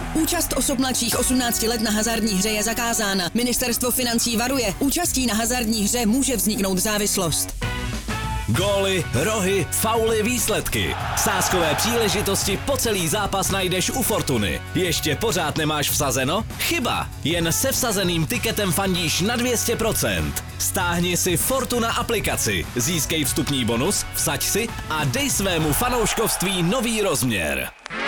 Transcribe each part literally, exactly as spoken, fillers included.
Účast osob mladších osmnácti let na hazardní hře je zakázána. Ministerstvo financí varuje, účastí na hazardní hře může vzniknout závislost. Góly, rohy, fauly, výsledky. Sázkové příležitosti po celý zápas najdeš u Fortuny. Ještě pořád nemáš vsazeno? Chyba! Jen se vsazeným tiketem fandíš na dvě stě procent. Stáhni si Fortuna aplikaci, získej vstupní bonus, vsaď si a dej svému fanouškovství nový rozměr.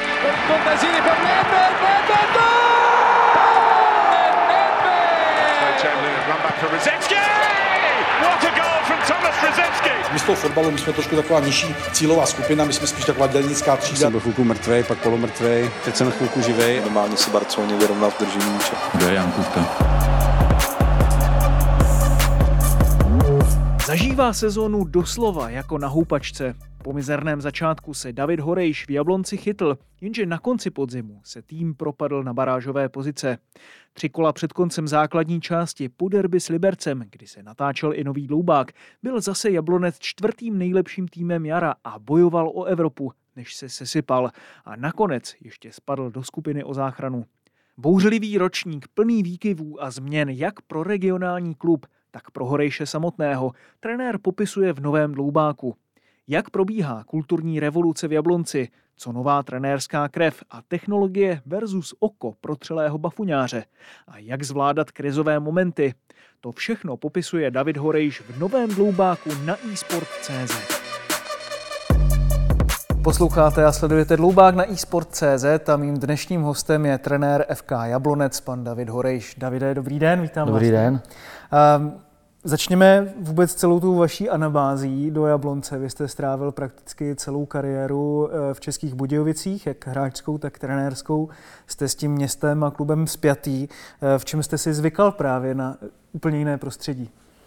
My z toho fotbalu, my jsme trošku taková nižší cílová skupina, my jsme spíš taková dělnická třída. Jsem byl chvilku mrtvej, pak polomrtvej, teď jsem chvilku živej. Normálně si Barceloně vyrovná v držení míče. Kdo je Jan Kuchta? Zažívá sezónu doslova jako na houpačce. Po mizerném začátku se David Horejš v Jablonci chytl, jenže na konci podzimu se tým propadl na barážové pozice. Tři kola před koncem základní části po derby s Libercem, kdy se natáčel i nový dloubák, byl zase Jablonec čtvrtým nejlepším týmem jara a bojoval o Evropu, než se sesypal a nakonec ještě spadl do skupiny o záchranu. Bouřlivý ročník plný výkyvů a změn jak pro regionální klub, tak pro Horejše samotného trenér popisuje v novém dloubáku. Jak probíhá kulturní revoluce v Jablonci, co nová trenérská krev a technologie versus oko protřelého bafuňáře a jak zvládat krizové momenty. To všechno popisuje David Horejš v novém dloubáku na e-sport tečka cé zet. Posloucháte a sledujete dloubák na e sport tečka cé zet a mým dnešním hostem je trenér F K Jablonec, pan David Horejš. Davide, dobrý den, vítám vás. Dobrý den. Um, Začněme vůbec celou tou vaší anabází do Jablonce. Vy jste strávil prakticky celou kariéru v Českých Budějovicích, jak hráčskou, tak trenérskou. Jste s tím městem a klubem spjatý. V čem jste si zvykal právě na úplně jiné prostředí?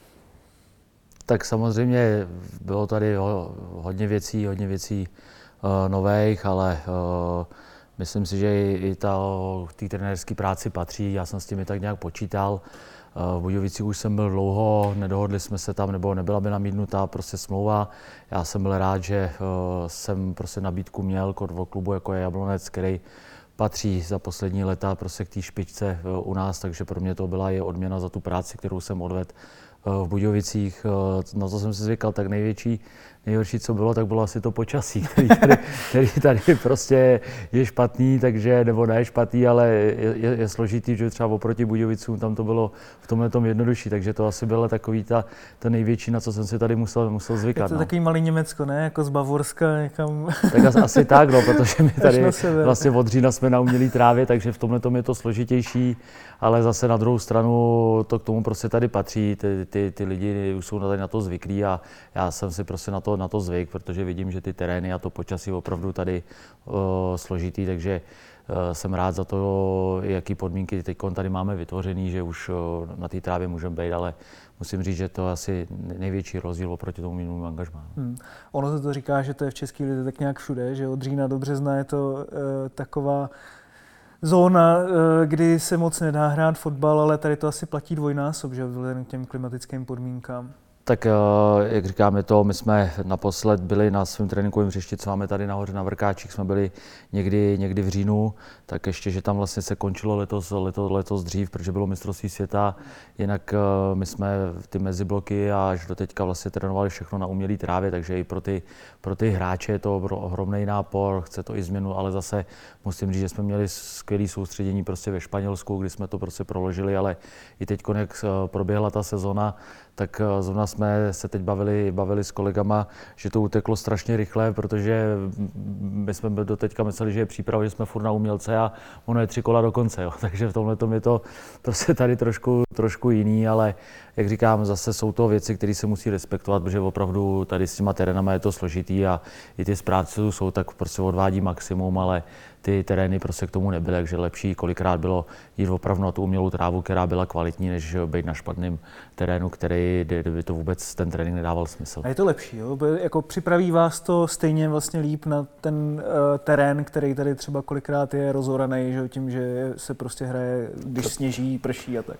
Tak samozřejmě bylo tady hodně věcí, hodně věcí uh, nových, ale uh, myslím si, že i, i ta v té trenérské práci patří. Já jsem s tím i tak nějak počítal. V Budějovicích už jsem byl dlouho, nedohodli jsme se tam, nebo nebyla by namítnutá prostě smlouva. Já jsem byl rád, že uh, jsem prostě nabídku měl od klubu, jako je Jablonec, který patří za poslední léta prostě k té špičce uh, u nás, takže pro mě to byla i odměna za tu práci, kterou jsem odvedl uh, v Budějovicích. Uh, na to jsem si zvykal, tak největší, nejhorší, co bylo, tak bylo asi to počasí, který tady, který tady prostě je špatný, takže, nebo ne špatný, ale je, je, je složitý, že třeba oproti Budějovicům tam to bylo v tomhle tom jednodušší, takže to asi bylo takový ta, ta největší, na co jsem si tady musel, musel zvykat. Je to no. Takový malý Německo, ne? Jako z Bavorska někam. Tak asi, asi tak, no, protože my tady vlastně od října jsme na umělý trávě, takže v tomhle tom je to složitější, ale zase na druhou stranu to k tomu prostě tady patří, ty, ty, ty lidi už jsou tady na to zvyklí a já jsem si prostě na to na to zvyk, protože vidím, že ty terény a to počasí opravdu tady uh, složitý, takže uh, jsem rád za to, jaký podmínky teď tady máme vytvořený, že už uh, na té trávě můžeme být, ale musím říct, že to je asi největší rozdíl oproti tomu minulému angažmá. Hmm. Ono se to říká, že to je v české lize tak nějak všude, že od října do března je to uh, taková zóna, uh, kdy se moc nedá hrát fotbal, ale tady to asi platí dvojnásob, že vzhledem k těm klimatickým podmínkám. Tak jak říkáme to, my jsme naposled byli na svém tréninkovém hřišti, co máme tady nahoře na Vrkáčích, jsme byli někdy, někdy v říjnu, tak ještě, že tam vlastně se končilo letos, letos, letos dřív, protože bylo mistrovství světa, jinak my jsme ty mezibloky a až do teďka vlastně trénovali všechno na umělý trávě, takže i pro ty, pro ty hráče je to ohromný nápor, chce to i změnu, ale zase musím říct, že jsme měli skvělé soustředění prostě ve Španělsku, kdy jsme to prostě proložili, ale i teď, jak proběhla ta sezona, tak zrovna jsme se teď bavili, bavili s kolegama, že to uteklo strašně rychle, protože my jsme do teďka mysleli, že je příprava, že jsme furt na umělce a ono je tři kola do konce, jo. Takže v tomhle tom je to prostě tady trošku, trošku jiný, ale jak říkám, zase jsou to věci, které se musí respektovat, protože opravdu tady s těma terénama je to složitý a i ty správci jsou tak prostě odvádí maximum, ale ty terény prostě k tomu nebyly, takže lepší kolikrát bylo jít opravdu na tu umělou trávu, která byla kvalitní, než být na špatném terénu, který by to vůbec ten trénink nedával smysl. A je to lepší, jo? Jako připraví vás to stejně vlastně líp na ten uh, terén, který tady třeba kolikrát je rozoraný, že tím, že se prostě hraje, když sněží, prší a tak. Tak samozřejmě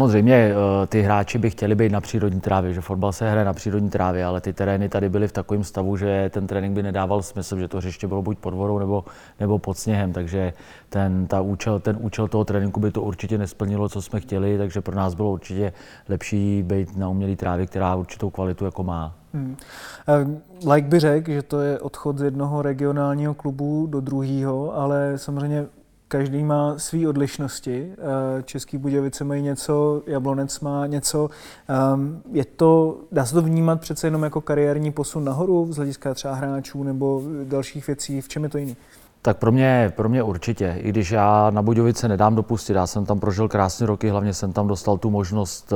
samozřejmě ty hráči by chtěli být na přírodní trávě, že fotbal se hraje na přírodní trávě, ale ty terény tady byly v takovém stavu, že ten trénink by nedával smysl, že to hřiště bylo buď pod vodou nebo, nebo pod sněhem, takže ten, ta účel, ten účel toho tréninku by to určitě nesplnilo, co jsme chtěli, takže pro nás bylo určitě lepší být na umělé trávě, která určitou kvalitu jako má. Hmm. Like by řekl, že to je odchod z jednoho regionálního klubu do druhého, ale samozřejmě každý má své odlišnosti. Český Budějovice mají něco, Jablonec má něco. Je to, dá se to vnímat přece jenom jako kariérní posun nahoru z hlediska třeba hráčů nebo dalších věcí? V čem je to jiný? Tak pro mě, pro mě určitě. I když já na Budějovice nedám dopustit, já jsem tam prožil krásné roky, hlavně jsem tam dostal tu možnost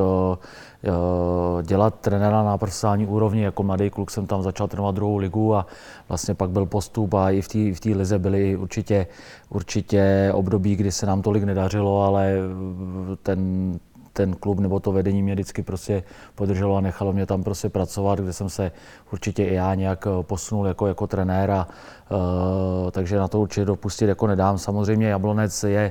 uh, dělat trenéra na profesionální úrovni. Jako mladý kluk jsem tam začal trénovat druhou ligu a vlastně pak byl postup a i v té lize byly určitě, určitě období, kdy se nám tolik nedařilo, ale ten ten klub nebo to vedení mě vždycky prostě podrželo a nechalo mě tam prostě pracovat, kde jsem se určitě i já nějak posunul jako, jako trenér a uh, takže na to určitě dopustit jako nedám. Samozřejmě Jablonec je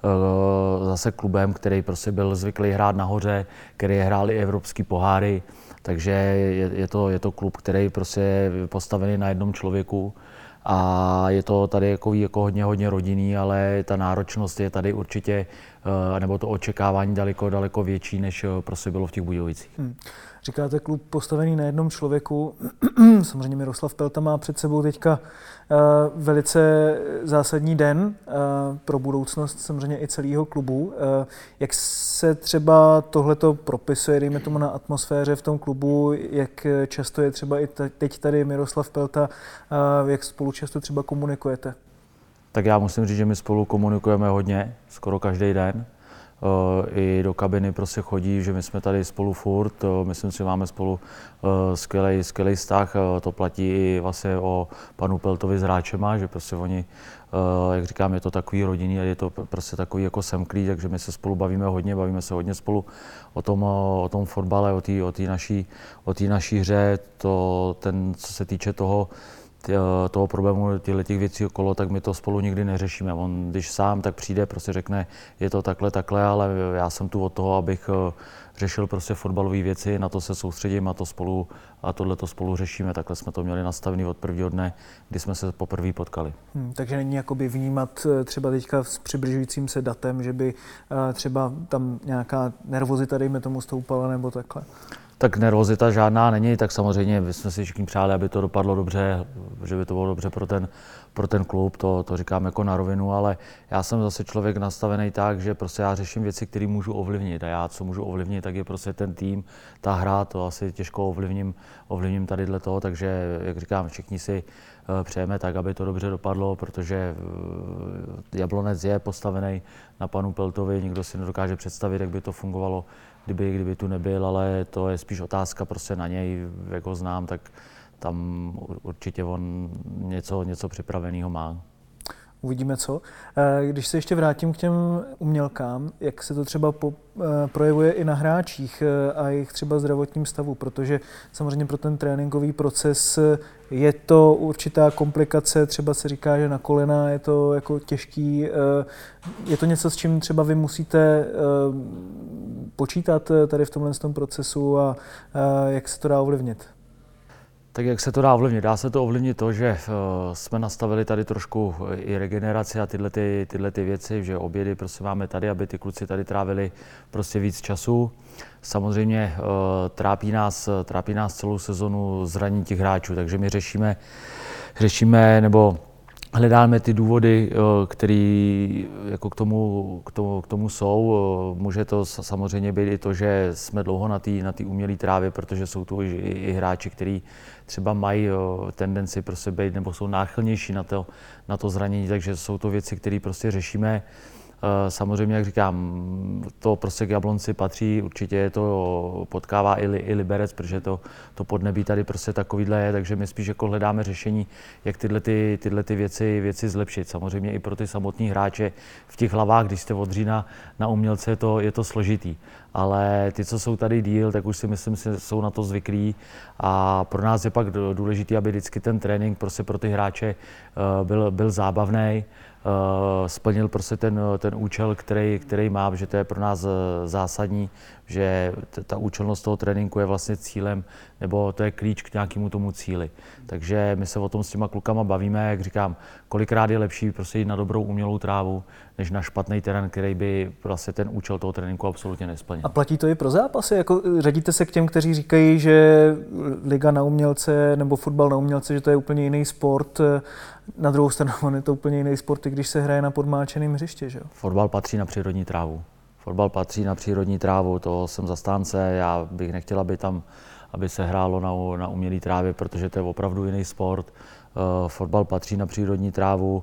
uh, zase klubem, který prostě byl zvyklý hrát nahoře, který hrál i evropský poháry, takže je, je, to, je to klub, který prostě je postavený na jednom člověku. A je to tady jako, jako hodně, hodně rodinný, ale ta náročnost je tady určitě, nebo to očekávání daleko, daleko větší, než prostě bylo v těch Budějovicích. Hmm. Říkáte klub postavený na jednom člověku. Samozřejmě Miroslav Pelta má před sebou teďka uh, velice zásadní den uh, pro budoucnost samozřejmě i celého klubu. Uh, jak se třeba tohleto propisuje, dejme tomu na atmosféře v tom klubu, jak často je třeba i teď tady Miroslav Pelta, uh, jak spolu často třeba komunikujete? Tak já musím říct, že my spolu komunikujeme hodně, skoro každý den. I do kabiny prostě chodí, že my jsme tady spolu furt, myslím si, že máme spolu skvělý, skvělý vztah, to platí i vlastně o panu Peltovi s hráčema, že prostě oni, jak říkám, je to takový rodinný a je to prostě takový jako semklý, takže my se spolu bavíme hodně, bavíme se hodně spolu o tom, o tom fotbale, o té o té naší, o té naší hře, to, ten, co se týče toho, toho problému, těch věcí okolo, tak my to spolu nikdy neřešíme. On, když sám tak přijde, prostě řekne, je to takhle, takhle, ale já jsem tu od toho, abych řešil prostě fotbalové věci, na to se soustředím a to spolu, a tohle to spolu řešíme. Takhle jsme to měli nastavený od prvního dne, kdy jsme se poprvé potkali. Hmm, takže není jakoby vnímat třeba teďka s přibližujícím se datem, že by třeba tam nějaká nervozita, dejme tomu, stoupala nebo takhle? Tak nervozita žádná není, tak samozřejmě my jsme si všichni přáli, aby to dopadlo dobře, že by to bylo dobře pro ten, pro ten klub, to, to říkám jako na rovinu, ale já jsem zase člověk nastavený tak, že prostě já řeším věci, které můžu ovlivnit a já, co můžu ovlivnit, tak je prostě ten tým, ta hra, to asi těžko ovlivním, ovlivním tadyhle toho, takže jak říkám, všichni si přejeme tak, aby to dobře dopadlo, protože Jablonec je postavený na panu Peltovi, nikdo si nedokáže představit, jak by to fungovalo, kdyby, kdyby tu nebyl, ale to je spíš otázka prostě na něj, jak ho znám, tak tam určitě on něco, něco připraveného má. Uvidíme co. Když se ještě vrátím k těm umělkám, jak se to třeba po, projevuje i na hráčích a jejich třeba zdravotním stavu, protože samozřejmě pro ten tréninkový proces je to určitá komplikace, třeba se říká, že na kolena je to jako těžký. Je to něco, s čím třeba vy musíte počítat tady v tomhle procesu a jak se to dá ovlivnit? Tak jak se to dá ovlivnit? Dá se to ovlivnit to, že uh, jsme nastavili tady trošku i regeneraci a tyhle, ty, tyhle ty věci, že obědy prostě máme tady, aby ty kluci tady trávili prostě víc času. Samozřejmě uh, trápí nás, trápí nás celou sezonu zranění těch hráčů, takže my řešíme, řešíme nebo hledáme ty důvody, které jako k tomu, k tomu, k tomu jsou. Může to samozřejmě být i to, že jsme dlouho na té na té umělé trávě, protože jsou tu i, i hráči, kteří třeba mají tendenci prostě být nebo jsou náchylnější na to, na to zranění, takže jsou to věci, které prostě řešíme. Samozřejmě, jak říkám, to prostě k Jablonci patří, určitě je to potkává i, li, i Liberec, protože to, to podnebí tady prostě takovýhle je, takže my spíš jako hledáme řešení, jak tyhle, ty, tyhle ty věci, věci zlepšit. Samozřejmě i pro ty samotní hráče v těch hlavách, když jste od října na umělce, je to, je to složitý. Ale ty, co jsou tady díl, tak už si myslím, že jsou na to zvyklí a pro nás je pak důležité, aby vždycky ten trénink prostě pro ty hráče byl, byl zábavný. splnil prostě ten, ten účel, který, který má, že to je pro nás zásadní, že ta účelnost toho tréninku je vlastně cílem, nebo to je klíč k nějakému tomu cíli. Takže my se o tom s těma klukama bavíme, jak říkám, kolikrát je lepší prostě jít na dobrou umělou trávu, než na špatný terén, který by vlastně ten účel toho tréninku absolutně nesplnil. A platí to i pro zápasy? Jako, řadíte se k těm, kteří říkají, že liga na umělce nebo fotbal na umělce, že to je úplně jiný sport. Na druhou stranu je to úplně jiný sport, i když se hraje na podmáčeném hřiště, že jo? Fotbal patří na přírodní trávu. Fotbal patří na přírodní trávu, to jsem zastánce, já bych nechtěl, aby tam aby se hrálo na, na umělé trávě, protože to je opravdu jiný sport. Uh, fotbal patří na přírodní trávu,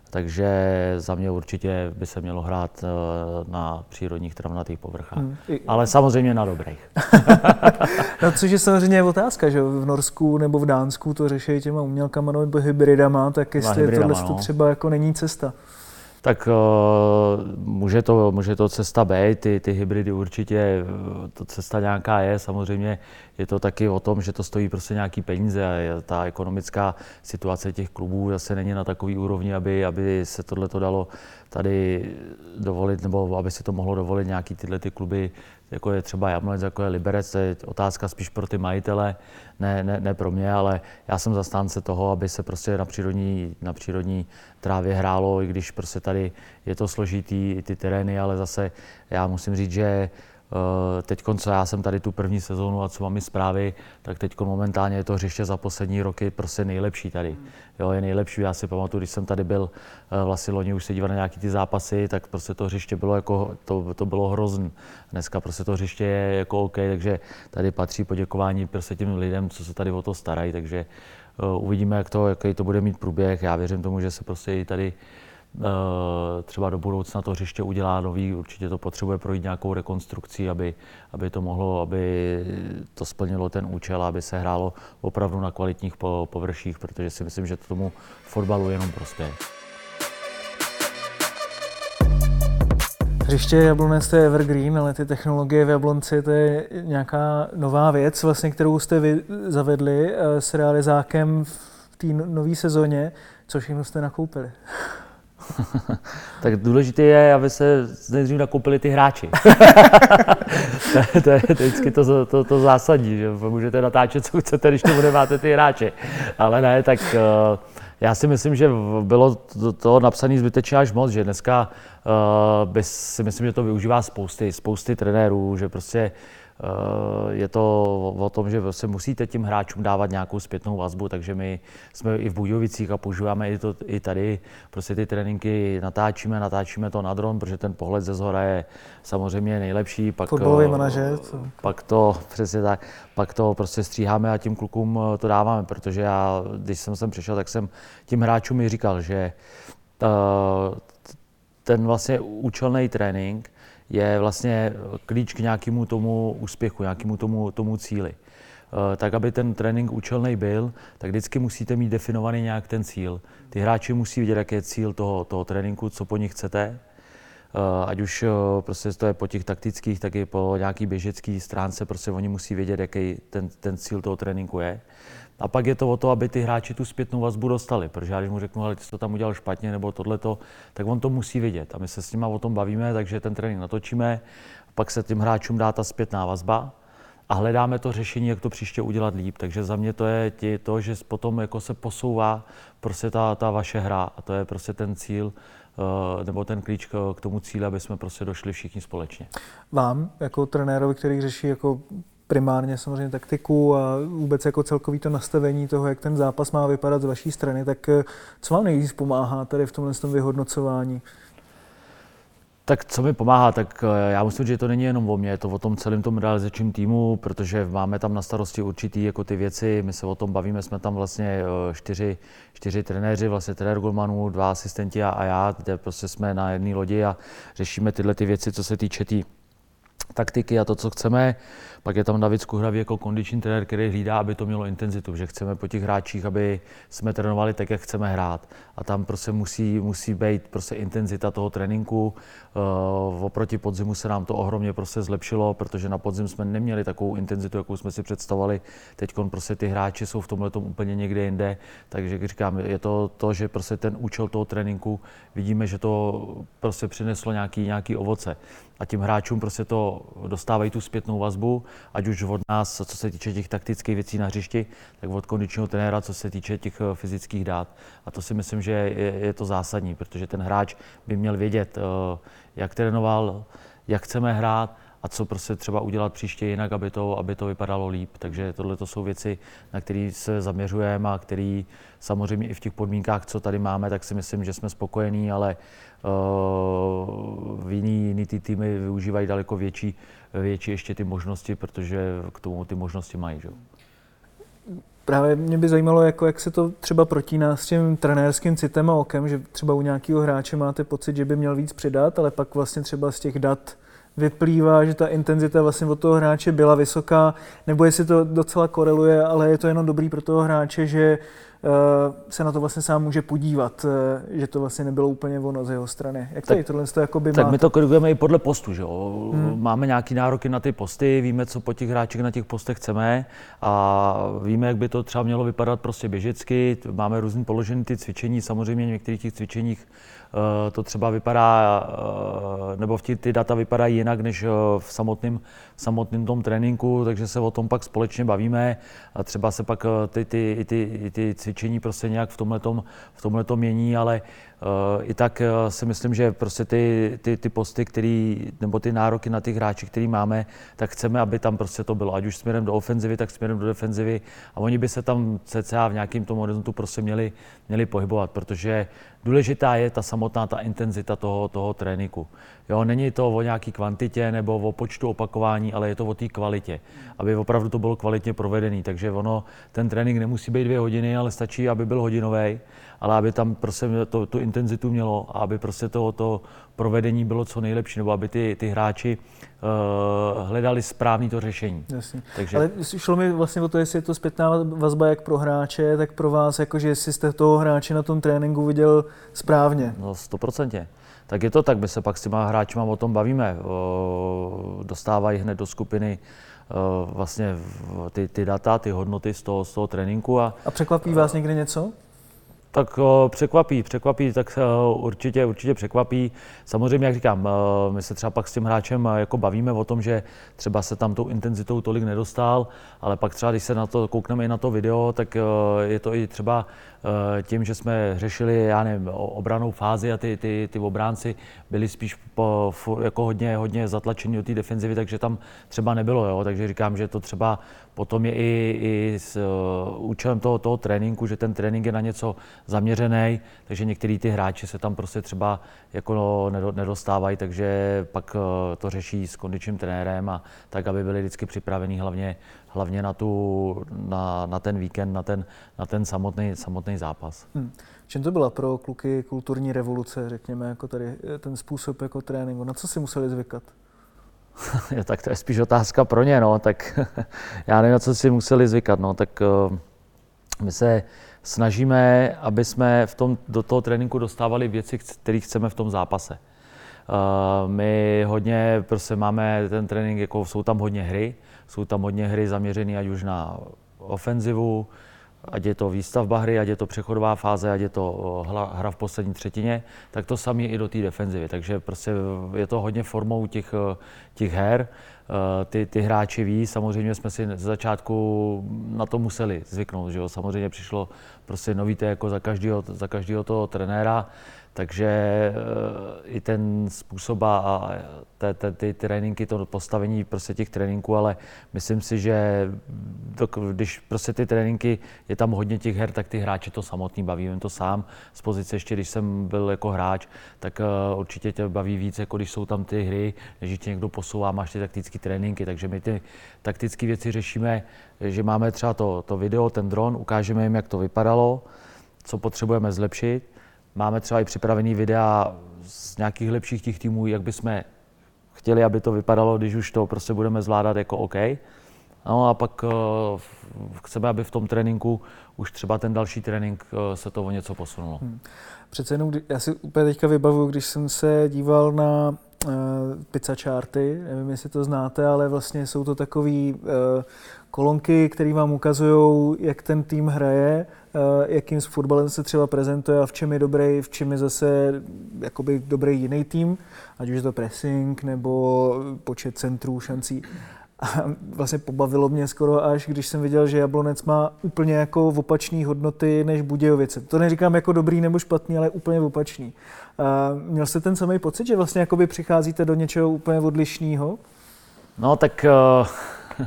takže za mě určitě by se mělo hrát uh, na přírodních travnatých povrchách. Hmm. Ale samozřejmě na dobrých. No, což je samozřejmě otázka, že v Norsku nebo v Dánsku to řeší těma umělkama nebo hybridama, tak jestli hybridama, tohle no. třeba jako není cesta. Tak uh, může, to, může to cesta být, ty, ty hybridy určitě, to cesta nějaká je, samozřejmě je to taky o tom, že to stojí prostě nějaký peníze a ta ekonomická situace těch klubů zase není na takový úrovni, aby, aby se tohleto dalo tady dovolit, nebo aby si to mohlo dovolit nějaký tyhle ty kluby, jako je třeba Jablonec, jako je Liberec, to je otázka spíš pro ty majitele, ne, ne, ne pro mě, ale já jsem zastánce toho, aby se prostě na přírodní, na přírodní trávě hrálo, i když prostě tady je to složitý, ty terény, ale zase já musím říct, že teď, co já jsem tady tu první sezónu a co mám i zprávy, tak teď momentálně je to hřiště za poslední roky prostě nejlepší tady. Jo, je nejlepší. Já si pamatuju, když jsem tady byl vlastně loni už se dívat na nějaký ty zápasy, tak prostě to hřiště bylo jako, to, to bylo hrozný. Dneska prostě to hřiště je jako OK, takže tady patří poděkování prostě těm lidem, co se tady o to starají, takže uh, uvidíme, jak to, jaký to bude mít průběh. Já věřím tomu, že se prostě i tady třeba do budoucna to hřiště udělá nový, určitě to potřebuje projít nějakou rekonstrukcí, aby, aby to mohlo, aby to splnilo ten účel, aby se hrálo opravdu na kvalitních površích, protože si myslím, že to tomu fotbalu jenom prospěje. Hřiště Jablonec to je evergreen, ale ty technologie v Jablonci to je nějaká nová věc, vlastně, kterou jste vy zavedli s realizákem v té nové sezóně. Co všechno jste nakoupili? Tak důležité je, aby se nejdřív nakoupili ty hráči. to, to je vždycky to, to, to zásadní, že můžete natáčet, co chcete, když to nemáte ty hráče. Ale ne, tak uh, já si myslím, že bylo to, to napsané zbytečně až moc, že dneska uh, by si myslím, že to využívá spousty, spousty trenérů, že prostě je to o tom, že se musíte tím hráčům dávat nějakou zpětnou vazbu, takže my jsme i v Budějovicích a používáme i, to, i tady. Prostě ty tréninky natáčíme, natáčíme to na dron, protože ten pohled ze zhora je samozřejmě nejlepší. Pak, fotbalový manažer. Pak to, přesně tak, pak to prostě stříháme a tím klukům to dáváme, protože já, když jsem sem přišel, tak jsem tím hráčům i říkal, že uh, ten vlastně účelný trénink je vlastně klíč k nějakému tomu úspěchu, nějakému tomu, tomu cíli. Tak, aby ten trénink účelný byl, tak vždycky musíte mít definovaný nějak ten cíl. Ty hráči musí vidět, jaký je cíl toho, toho tréninku, co po nich chcete. Ať už prostě to je po těch taktických, tak i po nějaký běžecký stránce, prostě oni musí vědět, jaký ten, ten cíl toho tréninku je. A pak je to o to, aby ty hráči tu zpětnou vazbu dostali, protože já když mu řeknu, ale ty jsi to tam udělal špatně nebo tohleto, tak on to musí vědět. A my se s nima o tom bavíme, takže ten trénink natočíme, pak se tím hráčům dá ta zpětná vazba a hledáme to řešení, jak to příště udělat líp. Takže za mě to je to, že potom jako se posouvá prostě ta, ta vaše hra a to je prostě ten cíl, nebo ten klíč k tomu cíli, aby jsme prostě došli všichni společně. Vám, jako trenérovi, který řeší jako primárně samozřejmě taktiku a vůbec jako celkový to nastavení toho, jak ten zápas má vypadat z vaší strany, tak co vám nejvíc pomáhá tady v tomhle tom vyhodnocování? Tak co mi pomáhá, tak já myslím, že to není jenom o mně, je to o tom celém tom realizačním týmu, protože máme tam na starosti určitý jako ty věci, my se o tom bavíme, jsme tam vlastně čtyři, čtyři trenéři, vlastně trenér golmanů, dva asistenti a, a já, kde prostě jsme na jedné lodi a řešíme tyhle ty věci, co se týče tý taktiky a to, co chceme. Pak je tam David Skuhravý jako kondiční trenér, který hlídá, aby to mělo intenzitu, že chceme po těch hráčích, aby jsme trénovali tak, jak chceme hrát. A tam prostě musí, musí být prostě intenzita toho tréninku. Uh, oproti podzimu se nám to ohromně prostě zlepšilo, protože na podzim jsme neměli takovou intenzitu, jakou jsme si představovali. Teď prostě ty hráči jsou v tomhle tom úplně někde jinde, takže jak říkám, je to to, že prostě ten účel toho tréninku vidíme, že to prostě přineslo nějaký, nějaký ovoce. A tím hráčům prostě to dostávají tu zpětnou vazbu, ať už od nás, co se týče těch taktických věcí na hřišti, tak od kondičního trenéra, co se týče těch fyzických dát. A to si myslím, že je, je to zásadní, protože ten hráč by měl vědět, jak trénoval, jak chceme hrát a co prostě třeba udělat příště jinak, aby to, aby to vypadalo líp. Takže tohle to jsou věci, na které se zaměřujeme a které samozřejmě i v těch podmínkách, co tady máme, tak si myslím, že jsme spokojení, ale uh, jiný, jiný ty týmy využívají daleko větší, větší ještě ty možnosti, protože k tomu ty možnosti mají. Že? Právě mě by zajímalo, jako jak se to třeba protíná s tím trenérským citem a okem, že třeba u nějakého hráče máte pocit, že by měl víc přidat, ale pak vlastně třeba z těch dat vyplývá, že ta intenzita vlastně od toho hráče byla vysoká, nebo jestli to docela koreluje, ale je to jenom dobrý pro toho hráče, že uh, se na to vlastně sám může podívat, uh, že to vlastně nebylo úplně ono z jeho strany. Jak tady tohle to jakoby Tak máte? my to korigujeme i podle postu, že jo. Hmm. Máme nějaký nároky na ty posty, víme, co po těch hráčích na těch postech chceme a víme, jak by to třeba mělo vypadat prostě běžecky. Máme různý položený ty cvičení, samozřejmě v některých těch cvičeních uh, to třeba vypadá, uh, nebo v ty, ty data vypadají jinak, než uh, v samotném, samotném tom tréninku, takže se o tom pak společně bavíme a třeba se pak uh, ty, ty, ty, ty cvičení prostě nějak v tomhletom, v tomhletom mění, ale Uh, i tak uh, si myslím, že prostě ty, ty, ty posty, který, nebo ty nároky na těch hráči, který máme, tak chceme, aby tam prostě to bylo, ať už směrem do ofenzivy, tak směrem do defenzivy a oni by se tam cca v nějakém tom horizontu prostě měli, měli pohybovat, protože důležitá je ta samotná ta intenzita toho, toho tréninku. Jo, není to o nějaký kvantitě nebo o počtu opakování, ale je to o té kvalitě, aby opravdu to bylo kvalitně provedený, takže ono, ten trénink nemusí být dvě hodiny, ale stačí, aby byl hodinový, ale aby tam prostě to, tu intenzitu mělo a aby prostě to, to provedení bylo co nejlepší, nebo aby ty, ty hráči uh, hledali správný to řešení. Jasně. Takže... Ale šlo mi vlastně o to, jestli je to zpětná vazba jak pro hráče, tak pro vás, jakože jestli jste toho hráče na tom tréninku viděl správně. No stoprocentně. Tak je to tak, my se pak s těma hráčima o tom bavíme. O, dostávají hned do skupiny o, vlastně ty, ty data, ty hodnoty z toho, z toho tréninku. A, a překvapí vás někdy něco? Tak o, překvapí, překvapí, tak o, určitě, určitě překvapí. Samozřejmě, jak říkám, o, my se třeba pak s tím hráčem jako bavíme o tom, že třeba se tam tou intenzitou tolik nedostal, ale pak třeba, když se na to koukneme i na to video, tak o, je to i třeba tím, že jsme řešili, já nevím, obrannou fázi a ty, ty, ty obránci byli spíš po, jako hodně, hodně zatlačení do té defenzivy, takže tam třeba nebylo, jo? Takže říkám, že to třeba potom je i, i s uh, účelem toho, toho tréninku, že ten trénink je na něco zaměřený, takže některý ty hráči se tam prostě třeba jako no, nedostávají, takže pak uh, to řeší s kondičním trenérem a tak, aby byli vždycky připravení hlavně, hlavně na, tu, na, na ten víkend, na ten, na ten samotný, samotný zápas. Hmm. Čím to byla pro kluky kulturní revoluce, řekněme, jako tady ten způsob jako tréninku? Na co si museli zvykat? Tak to je spíš otázka pro ně, no, tak já nevím, na co si museli zvykat, no, tak uh, my se snažíme, aby jsme v tom, do toho tréninku dostávali věci, které chceme v tom zápase. Uh, my hodně, prostě máme ten trénink, jako jsou tam hodně hry, jsou tam hodně hry zaměřené ať už na ofenzivu, ať je to výstavba hry, ať je to přechodová fáze, ať je to hra v poslední třetině, tak to samé i do té defenzivy. Takže prostě je to hodně formou těch, těch her. Ty, ty hráči ví, samozřejmě jsme si ze začátku na to museli zvyknout, že jo? Samozřejmě přišlo prostě novité jako za každého, za každého toho trenéra, takže i ten způsob a te, te, ty tréninky, to postavení prostě těch tréninků, ale myslím si, že to, když prostě ty tréninky, je tam hodně těch her, tak ty hráči to samotný baví. Vím to sám z pozice, ještě když jsem byl jako hráč, tak určitě tě baví víc, jako když jsou tam ty hry, než tě někdo posouvá, máš ty taktické tréninky, takže my ty taktické věci řešíme, že máme třeba to, to video, ten dron, ukážeme jim, jak to vypadalo, co potřebujeme zlepšit. Máme třeba i připravený videa z nějakých lepších těch týmů, jak bychom chtěli, aby to vypadalo, když už to prostě budeme zvládat jako OK. No a pak uh, chceme, aby v tom tréninku už třeba ten další trénink uh, se to o něco posunulo. Hmm. Přece jenom, já si úplně teďka vybavuju, když jsem se díval na uh, pizza charty, nevím, jestli to znáte, ale vlastně jsou to takový uh, kolonky, které vám ukazují, jak ten tým hraje, uh, jakým s fotbalem se třeba prezentuje a v čem je dobrý, v čem je zase jakoby dobrý jiný tým, ať už je to pressing nebo počet centrů, šancí. A vlastně pobavilo mě skoro až, když jsem viděl, že Jablonec má úplně jako opačné hodnoty než Budějovice. To neříkám jako dobrý nebo špatný, ale úplně opačný. A měl jste ten samý pocit, že vlastně jakoby přicházíte do něčeho úplně odlišného? No tak... Uh...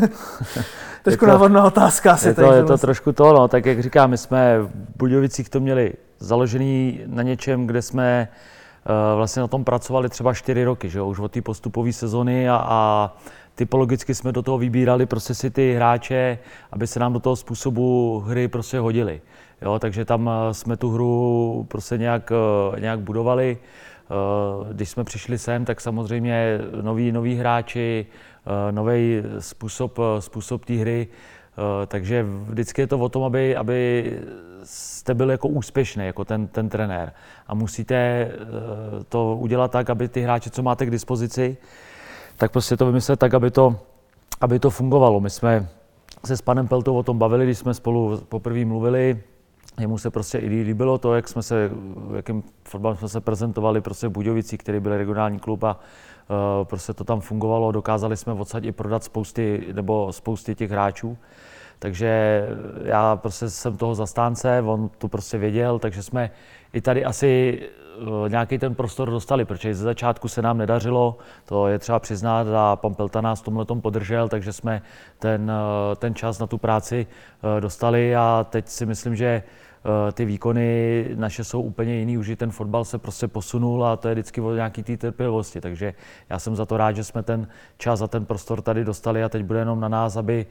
trošku návadná otázka se je tady. To, je to trošku to, no, tak jak říkám, my jsme v Budějovicích to měli založený na něčem, kde jsme uh, vlastně na tom pracovali třeba čtyři roky, že jo, už od té postupové sezony a, a typologicky jsme do toho vybírali prostě si ty hráče, aby se nám do toho způsobu hry prostě hodili. Jo, takže tam jsme tu hru prostě nějak, nějak budovali. Když jsme přišli sem, tak samozřejmě noví, noví hráči, nový způsob, způsob té hry. Takže vždycky je to o tom, aby, aby jste byli jako úspěšný, jako ten, ten trenér. A musíte to udělat tak, aby ty hráči, co máte k dispozici, tak prostě to vymyslet tak, aby to, aby to fungovalo. My jsme se s panem Peltou o tom bavili, když jsme spolu poprvé mluvili. Jemu se prostě i líbilo to, jak jsme se, jakým fotbalem jsme se prezentovali prostě v Budějovicích, který byl regionální klub a uh, prostě to tam fungovalo. Dokázali jsme odsaď i prodat spousty, nebo spousty těch hráčů. Takže já prostě jsem toho zastánce, on to prostě věděl, takže jsme i tady asi nějaký ten prostor dostali, protože ze začátku se nám nedařilo, to je třeba přiznat a pan Pelta nás v tomhletom podržel, takže jsme ten, ten čas na tu práci dostali a teď si myslím, že ty výkony naše jsou úplně jiný, už i ten fotbal se prostě posunul a to je vždycky o nějaký té trpělivosti, takže já jsem za to rád, že jsme ten čas a ten prostor tady dostali a teď bude jenom na nás, aby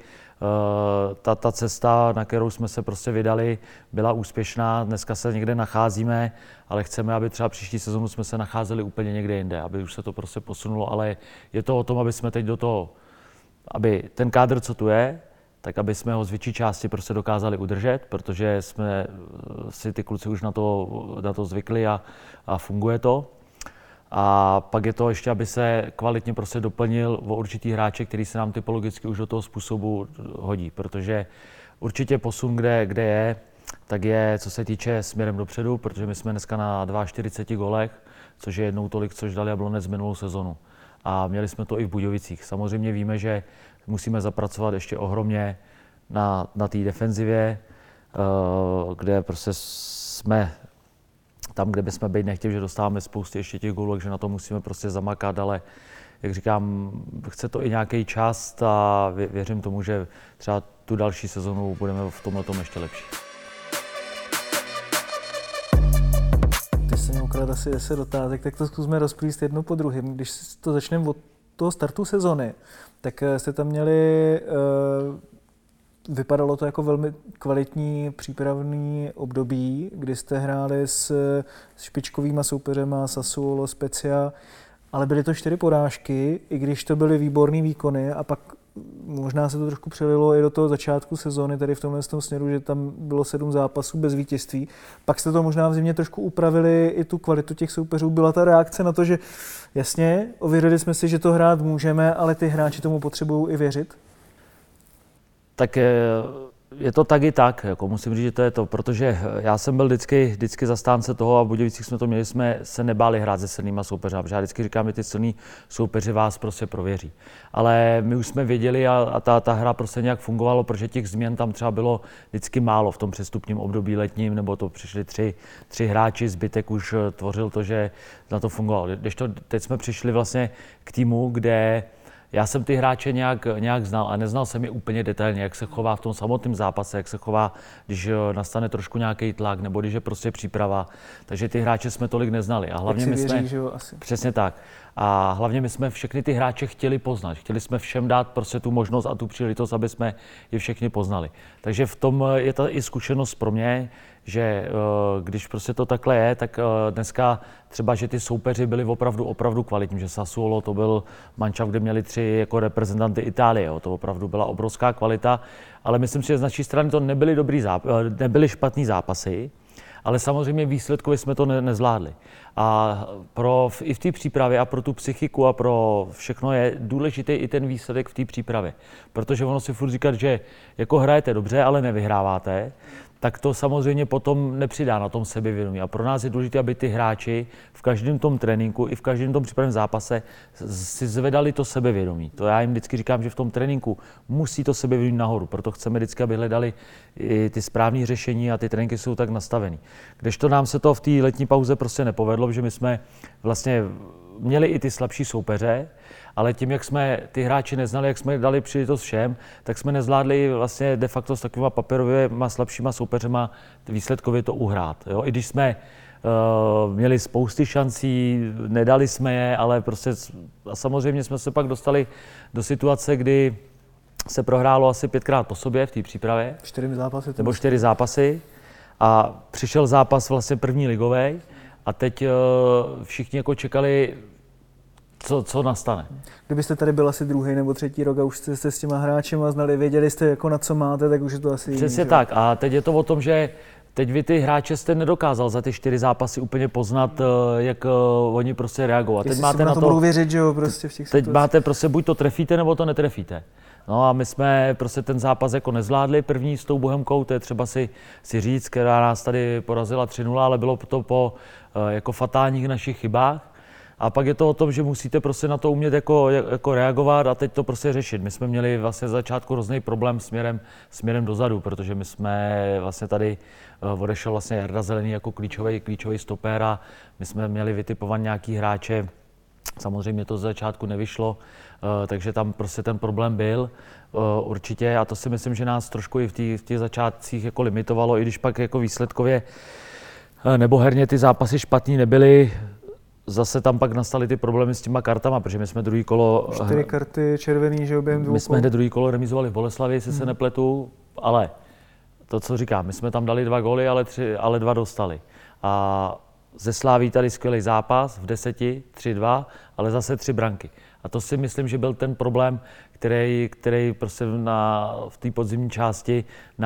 ta, ta cesta, na kterou jsme se prostě vydali, byla úspěšná. Dneska se někde nacházíme, ale chceme, aby třeba příští sezonu jsme se nacházeli úplně někde jinde, aby už se to prostě posunulo, ale je to o tom, aby jsme teď do toho, aby ten kádr, co tu je, tak aby jsme ho z větší části prostě dokázali udržet, protože jsme si ty kluci už na to, na to zvykli a, a funguje to. A pak je to ještě, aby se kvalitně prostě doplnil o určitý hráče, který se nám typologicky už do toho způsobu hodí, protože určitě posun, kde, kde je, tak je, co se týče směrem dopředu, protože my jsme dneska na čtyřiceti dvou golech, což je jednou tolik, což dal Jablonec minulou sezonu. A měli jsme to i v Budějovicích. Samozřejmě víme, že musíme zapracovat ještě ohromně na, na té defenzivě, kde prostě jsme tam, kde bychom být nechtěli, že dostáváme spousty ještě těch gólů, takže na to musíme prostě zamakat, ale jak říkám, chce to i nějaký čas a vě, věřím tomu, že třeba tu další sezonu budeme v tomhle tom ještě lepší. Ty jsi měl ukradl asi deset otázek, tak to zkusme rozplíst jedno po druhém. Když to začneme od toho startu sezony, tak jste tam měli, vypadalo to jako velmi kvalitní přípravný období, kdy jste hráli s, s špičkovýma soupeřema, Sassuolo, Spezia, ale byly to čtyři porážky, i když to byly výborný výkony a pak možná se to trošku přelilo i do toho začátku sezóny, tady v tomhle směru, že tam bylo sedm zápasů bez vítězství. Pak jste to možná v zimě trošku upravili i tu kvalitu těch soupeřů. Byla ta reakce na to, že jasně, ověřili jsme si, že to hrát můžeme, ale ty hráči tomu potřebují i věřit? Tak je to tak i tak, jako musím říct, že to je to, protože já jsem byl vždycky, vždycky zastánce toho a v Budějovicích jsme to měli, jsme se nebáli hrát se silnýma soupeři, protože já vždycky říkám, že ty silní soupeři vás prostě prověří. Ale my už jsme věděli a, a ta, ta hra prostě nějak fungovalo, protože těch změn tam třeba bylo vždycky málo v tom přestupním období letním, nebo to přišli tři, tři hráči, zbytek už tvořil to, že na to fungovalo. Když to, teď jsme přišli vlastně k týmu, kde já jsem ty hráče nějak, nějak znal a neznal jsem je úplně detailně, jak se chová v tom samotném zápase, jak se chová, když nastane trošku nějaký tlak, nebo když je prostě příprava. Takže ty hráče jsme tolik neznali. A hlavně my jsme, věří, že jo, asi. Přesně tak. A hlavně my jsme všechny ty hráče chtěli poznat. Chtěli jsme všem dát prostě tu možnost a tu příležitost, aby jsme je všechny poznali. Takže v tom je ta i zkušenost pro mě, že když prostě to takhle je, tak dneska třeba, že ty soupeři byli opravdu, opravdu kvalitní, že Sassuolo to byl mančaft, kde měli tři jako reprezentanty Itálie, jo. To opravdu byla obrovská kvalita, ale myslím si, že z naší strany to nebyly dobrý záp- nebyly špatný zápasy, ale samozřejmě výsledkově jsme to ne- nezvládli. A pro, i v té přípravě a pro tu psychiku a pro všechno je důležitý i ten výsledek v té přípravě. Protože ono si furt říkat, že jako hrajete dobře, ale nevyhráváte, tak to samozřejmě potom nepřidá na tom sebevědomí. A pro nás je důležité, aby ty hráči v každém tom tréninku i v každém tom přípravném zápase si zvedali to sebevědomí. To já jim vždycky říkám, že v tom tréninku musí to sebevědomí nahoru. Proto chceme vždycky, aby hledali i ty správné řešení a ty tréninky jsou tak nastavený. Kdežto nám se to v té letní pauze prostě nepovedlo, že my jsme vlastně měli i ty slabší soupeře, ale tím, jak jsme ty hráči neznali, jak jsme dali příležitost všem, tak jsme nezvládli vlastně de facto s takovýma papírovými slabšíma soupeřema výsledkově to uhrát. Jo? I když jsme uh, měli spousty šancí, nedali jsme je, ale prostě a samozřejmě jsme se pak dostali do situace, kdy se prohrálo asi pětkrát po sobě v té přípravě. Čtyři zápasy. Nebo čtyři zápasy. A přišel zápas vlastně první ligovej a teď uh, všichni jako čekali, Co, co nastane. Kdybyste tady byl asi druhý nebo třetí rok a už jste, jste s těma hráčima znali, věděli jste, jako na co máte, tak už je to asi jiný. Přesně tak. A teď je to o tom, že teď vy ty hráče jste nedokázal za ty čtyři zápasy úplně poznat, jak oni prostě reagují. Teď máte na to budou věřit, že jo, prostě v těch Teď situacích. máte prostě buď to trefíte, nebo to netrefíte. No a my jsme prostě ten zápas jako nezvládli první s tou Bohemkou, to je třeba si, si říct, která nás tady porazila tři nula, ale bylo to po jako fatálních našich chybách. A pak je to o tom, že musíte prostě na to umět jako, jako reagovat a teď to prostě řešit. My jsme měli vlastně z začátku hrozný problém směrem, směrem dozadu, protože my jsme vlastně tady odešel vlastně Jarda Zelený jako klíčový, klíčový stopér a my jsme měli vytipovat nějaký hráče. Samozřejmě to z začátku nevyšlo, takže tam prostě ten problém byl určitě a to si myslím, že nás trošku i v těch, v těch začátcích jako limitovalo, i když pak jako výsledkově nebo herně ty zápasy špatný nebyly. Zase tam pak nastaly ty problémy s těma kartama, protože my jsme druhý kolo... Čtyři karty červený, že objem dvou. My jsme hned druhý kolo remizovali v Boleslavi, jestli hmm. se nepletu, ale to, co říkám, my jsme tam dali dva góly, ale, tři, ale dva dostali. A ze Sláví tady skvělý zápas v deseti, tři dva, ale zase tři branky. A to si myslím, že byl ten problém, který, který prostě na, v té podzimní části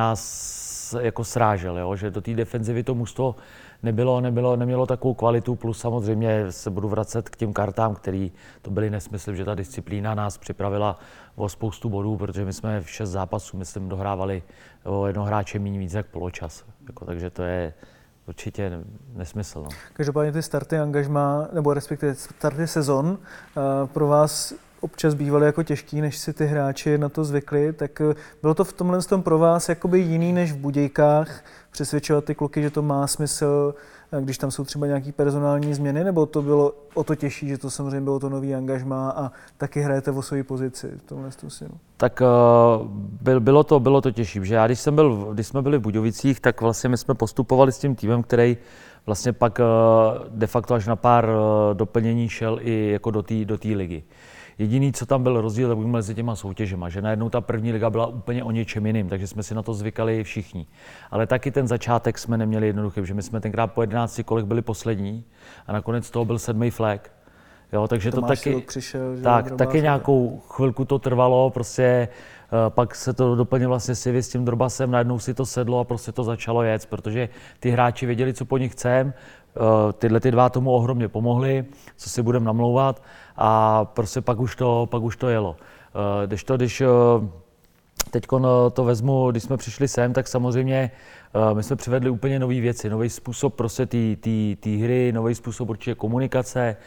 nás jako srážel, jo? Že do té defenzivy to mužstvo nebylo, nebylo, nemělo takovou kvalitu, plus samozřejmě se budu vracet k těm kartám, který to byly nesmysl, že ta disciplína nás připravila o spoustu bodů, protože my jsme v šest zápasů, myslím, dohrávali o jedno hráče méně víc jak poločas. Jako, takže to je určitě nesmysl. No. Každopádně ty starty angažmá, nebo respektive starty sezon pro vás občas bývaly jako těžký, než si ty hráči na to zvykli, tak bylo to v tomhle tom pro vás jakoby jiný než v Budějkách, přesvědčovat ty kluky, že to má smysl, když tam jsou třeba nějaké personální změny, nebo to bylo o to těžší, že to samozřejmě bylo to nový angažmá a taky hrajete o svoji pozici v tomhle synu? Tak uh, bylo to, bylo to těžší, že já když, jsem byl, když jsme byli v Budějovicích, tak vlastně my jsme postupovali s tím týmem, který vlastně pak uh, de facto až na pár uh, doplnění šel i jako do té do té ligy. Jediný, co tam byl rozdíl, byl mezi těma soutěžema, že najednou ta první liga byla úplně o něčem jiným, takže jsme si na to zvykali všichni. Ale taky ten začátek jsme neměli jednoduchý, že my jsme tenkrát po jedenácti kolech byli poslední a nakonec toho byl sedmý flag. Jo, takže to, to taky, přišel, že tak, taky nějakou chvilku to trvalo, prostě uh, pak se to doplnilo vlastně Sivy s tím Drbasem, najednou si to sedlo a prostě to začalo jet, protože ty hráči věděli, co po nich chcem, uh, tyhle ty dva tomu ohromně pomohli, co si budeme namlouvat a prostě pak už to, pak už to jelo. Uh, když to, když uh, teď to vezmu, když jsme přišli sem, tak samozřejmě uh, my jsme přivedli úplně nové věci, nový způsob prostě té hry, nový způsob určitě komunikace,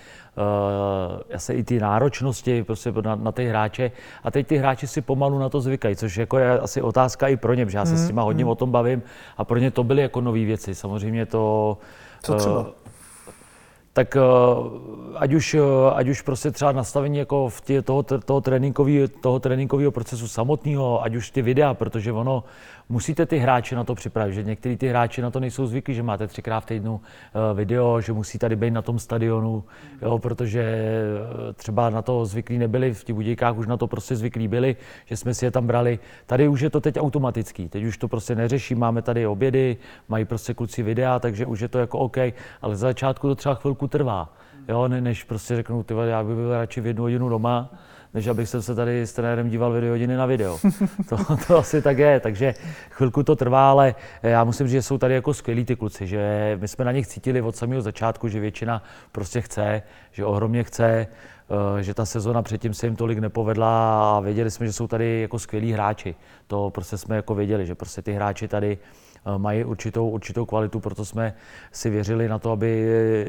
uh, asi i ty náročnosti prostě na, na ty hráče. A teď ty hráči si pomalu na to zvykají, což jako je asi otázka i pro ně, protože já se mm, s těma hodně mm. o tom bavím a pro ně to byly jako nové věci. Samozřejmě to... Co třeba? Uh, tak ať už, ať už prostě třeba nastavení jako v tě, toho, toho, tréninkového, toho tréninkového procesu samotného, ať už ty videa, protože ono, musíte ty hráče na to připravit, že některý ty hráči na to nejsou zvyklí, že máte třikrát v týdnu video, že musí tady být na tom stadionu, jo, protože třeba na to zvyklí nebyli, v těch Budějkách už na to prostě zvyklí byli, že jsme si je tam brali. Tady už je to teď automatický, teď už to prostě neřeší, máme tady obědy, mají prostě kluci videa, takže už je to jako OK, ale za začátku to třeba chvilku trvá, jo, ne, než prostě řeknu, ty, já bych byl radši v jednu hodinu doma, než abych se tady s trenérem díval dvě hodiny na video. To, to asi tak je, takže chvilku to trvá, ale já musím říct, že jsou tady jako skvělí ty kluci, že my jsme na nich cítili od samého začátku, že většina prostě chce, že ohromně chce, že ta sezona předtím se jim tolik nepovedla a věděli jsme, že jsou tady jako skvělí hráči. To prostě jsme jako věděli, že prostě ty hráči tady mají určitou, určitou kvalitu, proto jsme si věřili na to, aby,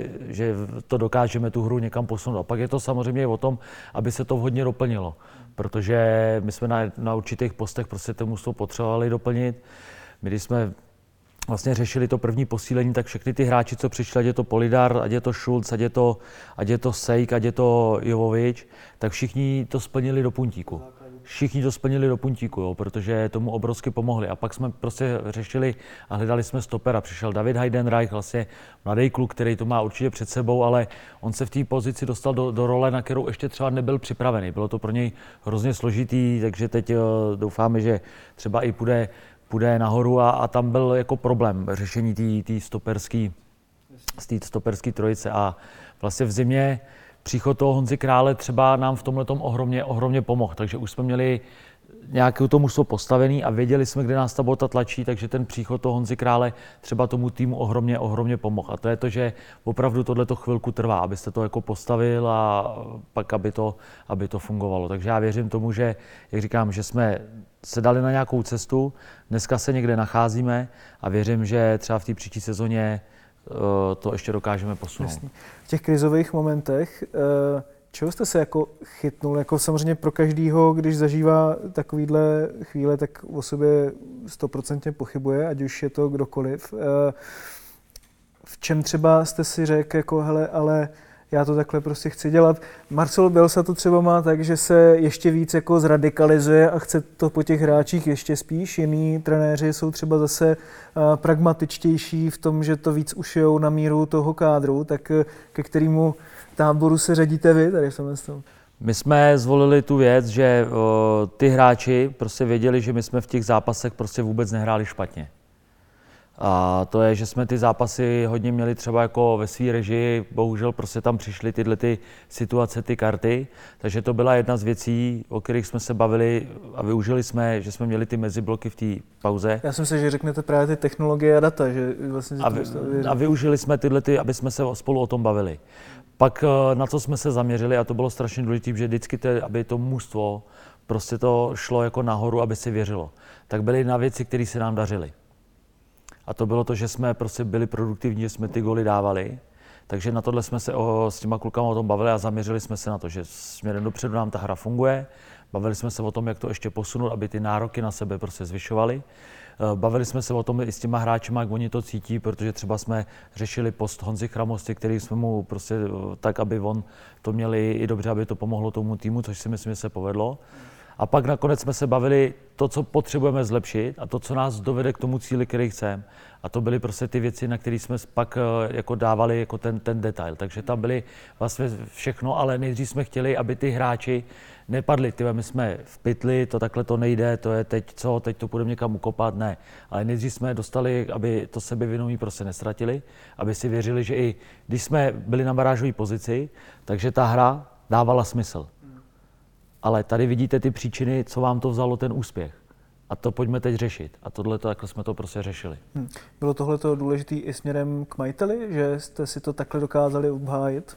že to dokážeme tu hru někam posunout. A pak je to samozřejmě o tom, aby se to hodně doplnilo, protože my jsme na, na určitých postech prostě to mužstvo potřebovali doplnit. My když jsme vlastně řešili to první posílení, tak všechny ty hráči, co přišli, ať je to Polidar, ať je to Schulz, ať je to, ať je to Sejk, ať je to Jovovič, tak všichni to splnili do puntíku. Všichni to splnili do puntíku, jo, protože tomu obrovsky pomohli. A pak jsme prostě řešili a hledali jsme stopera. Přišel David Heidenreich, vlastně mladý kluk, který to má určitě před sebou, ale on se v té pozici dostal do, do role, na kterou ještě třeba nebyl připravený. Bylo to pro něj hrozně složitý, takže teď doufáme, že třeba i půjde, půjde nahoru a, a tam byl jako problém řešení té stoperské stoperský trojice. A vlastně v zimě příchod toho Honzy Krále třeba nám v tomhletom ohromně, ohromně pomohl, takže už jsme měli nějaké to mužstvo postavený a věděli jsme, kde nás ta bota tlačí, takže ten příchod toho Honzy Krále třeba tomu týmu ohromně, ohromně pomohl. A to je to, že opravdu tohleto chvilku trvá, abyste to jako postavil a pak, aby to, aby to fungovalo. Takže já věřím tomu, že, jak říkám, že jsme se dali na nějakou cestu, dneska se někde nacházíme a věřím, že třeba v té příští sezóně to ještě dokážeme posunout. Jasně. V těch krizových momentech, čeho jste se jako chytnul? Jako samozřejmě pro každýho, když zažívá takovýhle chvíle, tak o sobě stoprocentně pochybuje, ať už je to kdokoliv. V čem třeba jste si řekl, jako hele, ale já to takhle prostě chci dělat. Marcel Bielsa to třeba má tak, že se ještě víc jako zradikalizuje a chce to po těch hráčích ještě spíš. Jiní trenéři jsou třeba zase uh, pragmatičtější v tom, že to víc ušijou na míru toho kádru, tak ke kterému táboru se řadíte vy tady v tomhle tom? My jsme zvolili tu věc, že uh, ty hráči prostě věděli, že my jsme v těch zápasech prostě vůbec nehráli špatně. A to je, že jsme ty zápasy hodně měli třeba jako ve své režii, bohužel prostě tam přišly tyhle ty situace, ty karty, takže to byla jedna z věcí, o kterých jsme se bavili a využili jsme, že jsme měli ty mezibloky v té pauze. Já jsem si, že řeknete právě ty technologie a data, že vlastně... A, vy, a využili jsme tyhle ty, aby jsme se spolu o tom bavili. Pak na co jsme se zaměřili, a to bylo strašně důležité, že vždycky, te, aby to mužstvo prostě to šlo jako nahoru, aby si věřilo, tak byly na věci, které se nám dařily. A to bylo to, že jsme prostě byli produktivní, že jsme ty góly dávali. Takže na tohle jsme se o, s těma klukama o tom bavili a zaměřili jsme se na to, že směrem dopředu nám ta hra funguje. Bavili jsme se o tom, jak to ještě posunout, aby ty nároky na sebe prostě zvyšovaly. Bavili jsme se o tom i s těma hráčima, jak oni to cítí, protože třeba jsme řešili post Honzy Chramosty, který jsme mu prostě tak, aby on to měli i dobře, aby to pomohlo tomu týmu, což si myslím, že se povedlo. A pak nakonec jsme se bavili to, co potřebujeme zlepšit a to, co nás dovede k tomu cíli, který chceme. A to byly prostě ty věci, na které jsme pak jako dávali jako ten, ten detail. Takže tam byly vlastně všechno, ale nejdřív jsme chtěli, aby ty hráči nepadli. Tyhle, my jsme v pytli, to takhle to nejde, to je teď co, teď to půjdeme někam ukopat, ne. Ale nejdřív jsme dostali, aby to sebevědomí prostě nestratili, aby si věřili, že i když jsme byli na barážové pozici, takže ta hra dávala smysl. Ale tady vidíte ty příčiny, co vám to vzalo ten úspěch. A to pojďme teď řešit. A tohle takhle jsme to prostě řešili. Hmm. Bylo tohleto důležité i směrem k majiteli, že jste si to takhle dokázali obhájit?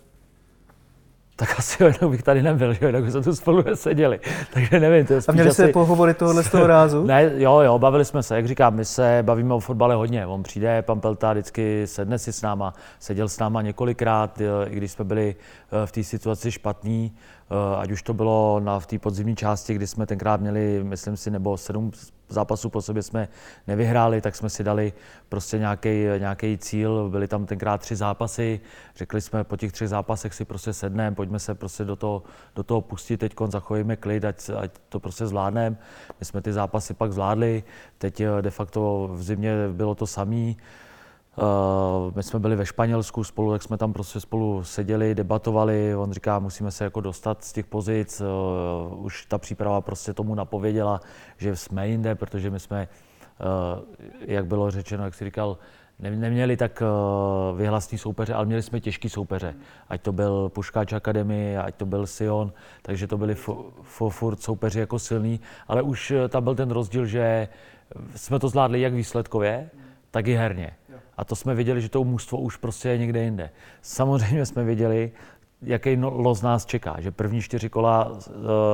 Tak asi jinak bych tady nebyl, že jinak jsme tu spolu seděli. Takže nevím, to je spíš. A měli asi... jste pohovory tohle z toho rázu? Ne, jo, jo, bavili jsme se, jak říkám, my se bavíme o fotbale hodně. On přijde, pan Pelta vždycky sedne si s náma, seděl s náma několikrát, i když jsme byli v té situaci špatný, ať už to bylo na, v té podzimní části, kdy jsme tenkrát měli, myslím si, nebo sedm zápasů po sobě jsme nevyhráli, tak jsme si dali prostě nějaký cíl. Byly tam tenkrát tři zápasy, řekli jsme po těch třech zápasech si prostě sedneme, pojďme se prostě do toho, do toho pustit, teď zachovejme klid, ať, ať to prostě zvládneme. My jsme ty zápasy pak zvládli, teď de facto v zimě bylo to samý. Uh, my jsme byli ve Španělsku spolu, tak jsme tam prostě spolu seděli, debatovali. On říká, musíme se jako dostat z těch pozic. Uh, už ta příprava prostě tomu napověděla, že jsme jinde, protože my jsme, uh, jak bylo řečeno, jak jsi říkal, ne, neměli tak uh, vyhlasný soupeře, ale měli jsme těžký soupeře. Ať to byl Puškáč Academy, ať to byl Sion, takže to byli furt soupeři jako silní. Ale už tam byl ten rozdíl, že jsme to zvládli jak výsledkově, tak i herně. A to jsme viděli, že to mužstvo už prostě je někde jinde. Samozřejmě jsme viděli, jaký los nás čeká, že první čtyři kola uh,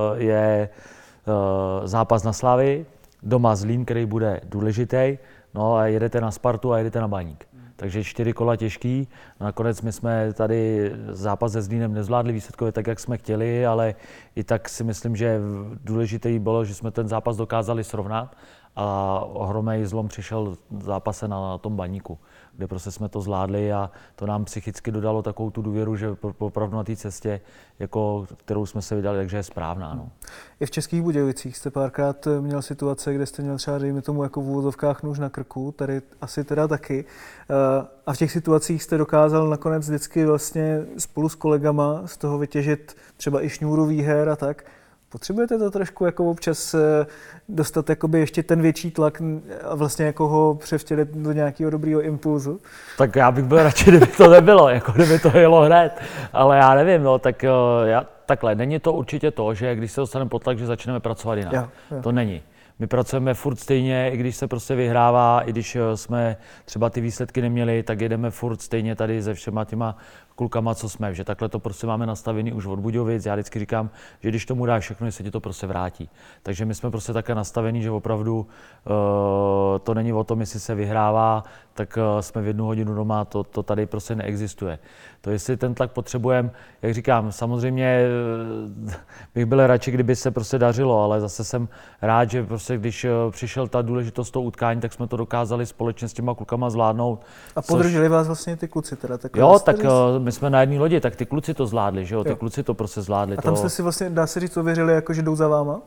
je uh, zápas na Slavii, doma Zlín, který bude důležitý, no a jedete na Spartu a jedete na Baník. Takže čtyři kola těžký. Nakonec my jsme tady zápas se Zlínem nezvládli výsledkově tak, jak jsme chtěli, ale i tak si myslím, že důležité bylo, že jsme ten zápas dokázali srovnat. A ohromný zlom přišel v zápase na tom Baníku, kde prostě jsme to zvládli a to nám psychicky dodalo takovou tu důvěru, že opravdu na té cestě, jako, kterou jsme se vydali, takže je správná. No. I v Českých Budějovicích jste párkrát měl situace, kde jste měl třeba, dejme tomu, jako v úvozovkách nůž na krku, tady asi teda taky. A v těch situacích jste dokázal nakonec vždycky vlastně spolu s kolegama z toho vytěžit třeba i šňůru výher a tak. Potřebujete to trošku jako občas dostat jakoby ještě ten větší tlak a vlastně jako ho převtělit do nějakého dobrýho impulzu? Tak já bych byl radši, kdyby to nebylo, jako kdyby to jelo hned, ale já nevím, no, tak já, takhle, není to určitě to, že když se dostaneme pod tlak, že začneme pracovat jinak. Jo, jo. To není. My pracujeme furt stejně, i když se prostě vyhrává, i když jsme třeba ty výsledky neměli, tak jedeme furt stejně tady se všema těma klukama, co jsme, že takhle to prostě máme nastavený už od Budějovic. Já vždycky říkám, že když tomu dáš všechno, se ti to prostě vrátí. Takže my jsme prostě také nastavení, že opravdu uh, to není o tom, jestli se vyhrává, tak uh, jsme v jednu hodinu doma, to, to tady prostě neexistuje. To, jestli ten tlak potřebujeme, jak říkám, samozřejmě uh, bych byl radši, kdyby se prostě dařilo, ale zase jsem rád, že prostě když uh, přišel ta důležitost toho utkání, tak jsme to dokázali společně s těma klukama zvládnout. A podrželi což... vás vlastně ty kluci teda? Tak jo, tak uh, my jsme na jedné lodi, tak ty kluci to zvládli, že jo, ty jo. kluci to prostě zvládli. A tam to... jste si vlastně, dá se říct, ověřili, jako, že jdou za váma?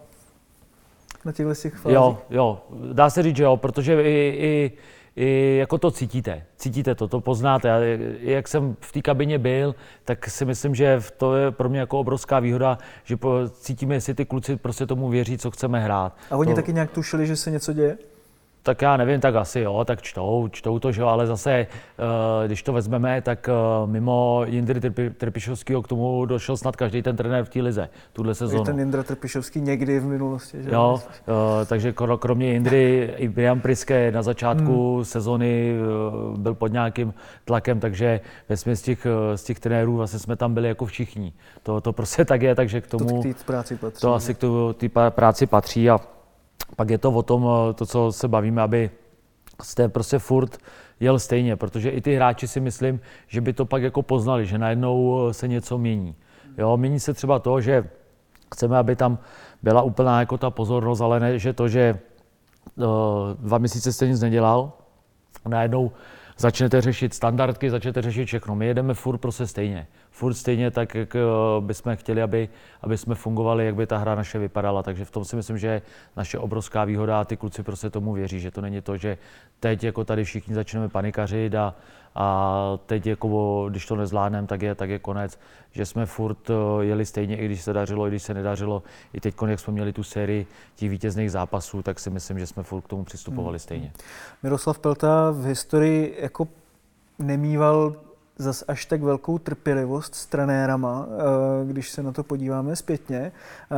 Na těchto těch fázích? Jo, jo, dá se říct, že jo, protože i, i, i jako to cítíte, cítíte to, to poznáte. Já, jak jsem v té kabině byl, tak si myslím, že to je pro mě jako obrovská výhoda, že cítíme, jestli ty kluci prostě tomu věří, co chceme hrát. A oni to... taky nějak tušili, že se něco děje? Tak já nevím, tak asi jo, tak čtou, čtou to, že jo, ale zase, když to vezmeme, tak mimo Jindry Trpišovského k tomu došel snad každý ten trenér v té lize, tuhle sezónu. Ten Jindra Trpišovský někdy v minulosti, že jo? Takže kromě Jindry i Brian Priske na začátku hmm. sezóny byl pod nějakým tlakem, takže vesměs z těch, z těch trenérů vlastně jsme tam byli jako všichni. To, to prostě tak je, takže k tomu, to, k té práci patří, to asi k té práci patří a pak je to o tom, to, co se bavíme, aby jste prostě furt jel stejně, protože i ty hráči si myslím, že by to pak jako poznali, že najednou se něco mění. Jo, mění se třeba to, že chceme, aby tam byla úplná jako ta pozornost, ale ne, že to, že uh, dva měsíce jste nic nedělal, najednou začnete řešit standardky, začnete řešit všechno. My jedeme furt prostě stejně. Furt stejně tak, jak bychom chtěli, aby, aby jsme fungovali, jak by ta hra naše vypadala. Takže v tom si myslím, že je naše obrovská výhoda a ty kluci prostě tomu věří, že to není to, že teď jako tady všichni začneme panikařit a, a teď jako, když to nezvládneme, tak je, tak je konec. Že jsme furt jeli stejně, i když se dařilo, i když se nedařilo. I teď, jak jsme měli tu sérii těch vítězných zápasů, tak si myslím, že jsme furt k tomu přistupovali stejně. Miroslav Pelta v historii jako nemýval zas až tak velkou trpělivost s trenérama, když se na to podíváme zpětně.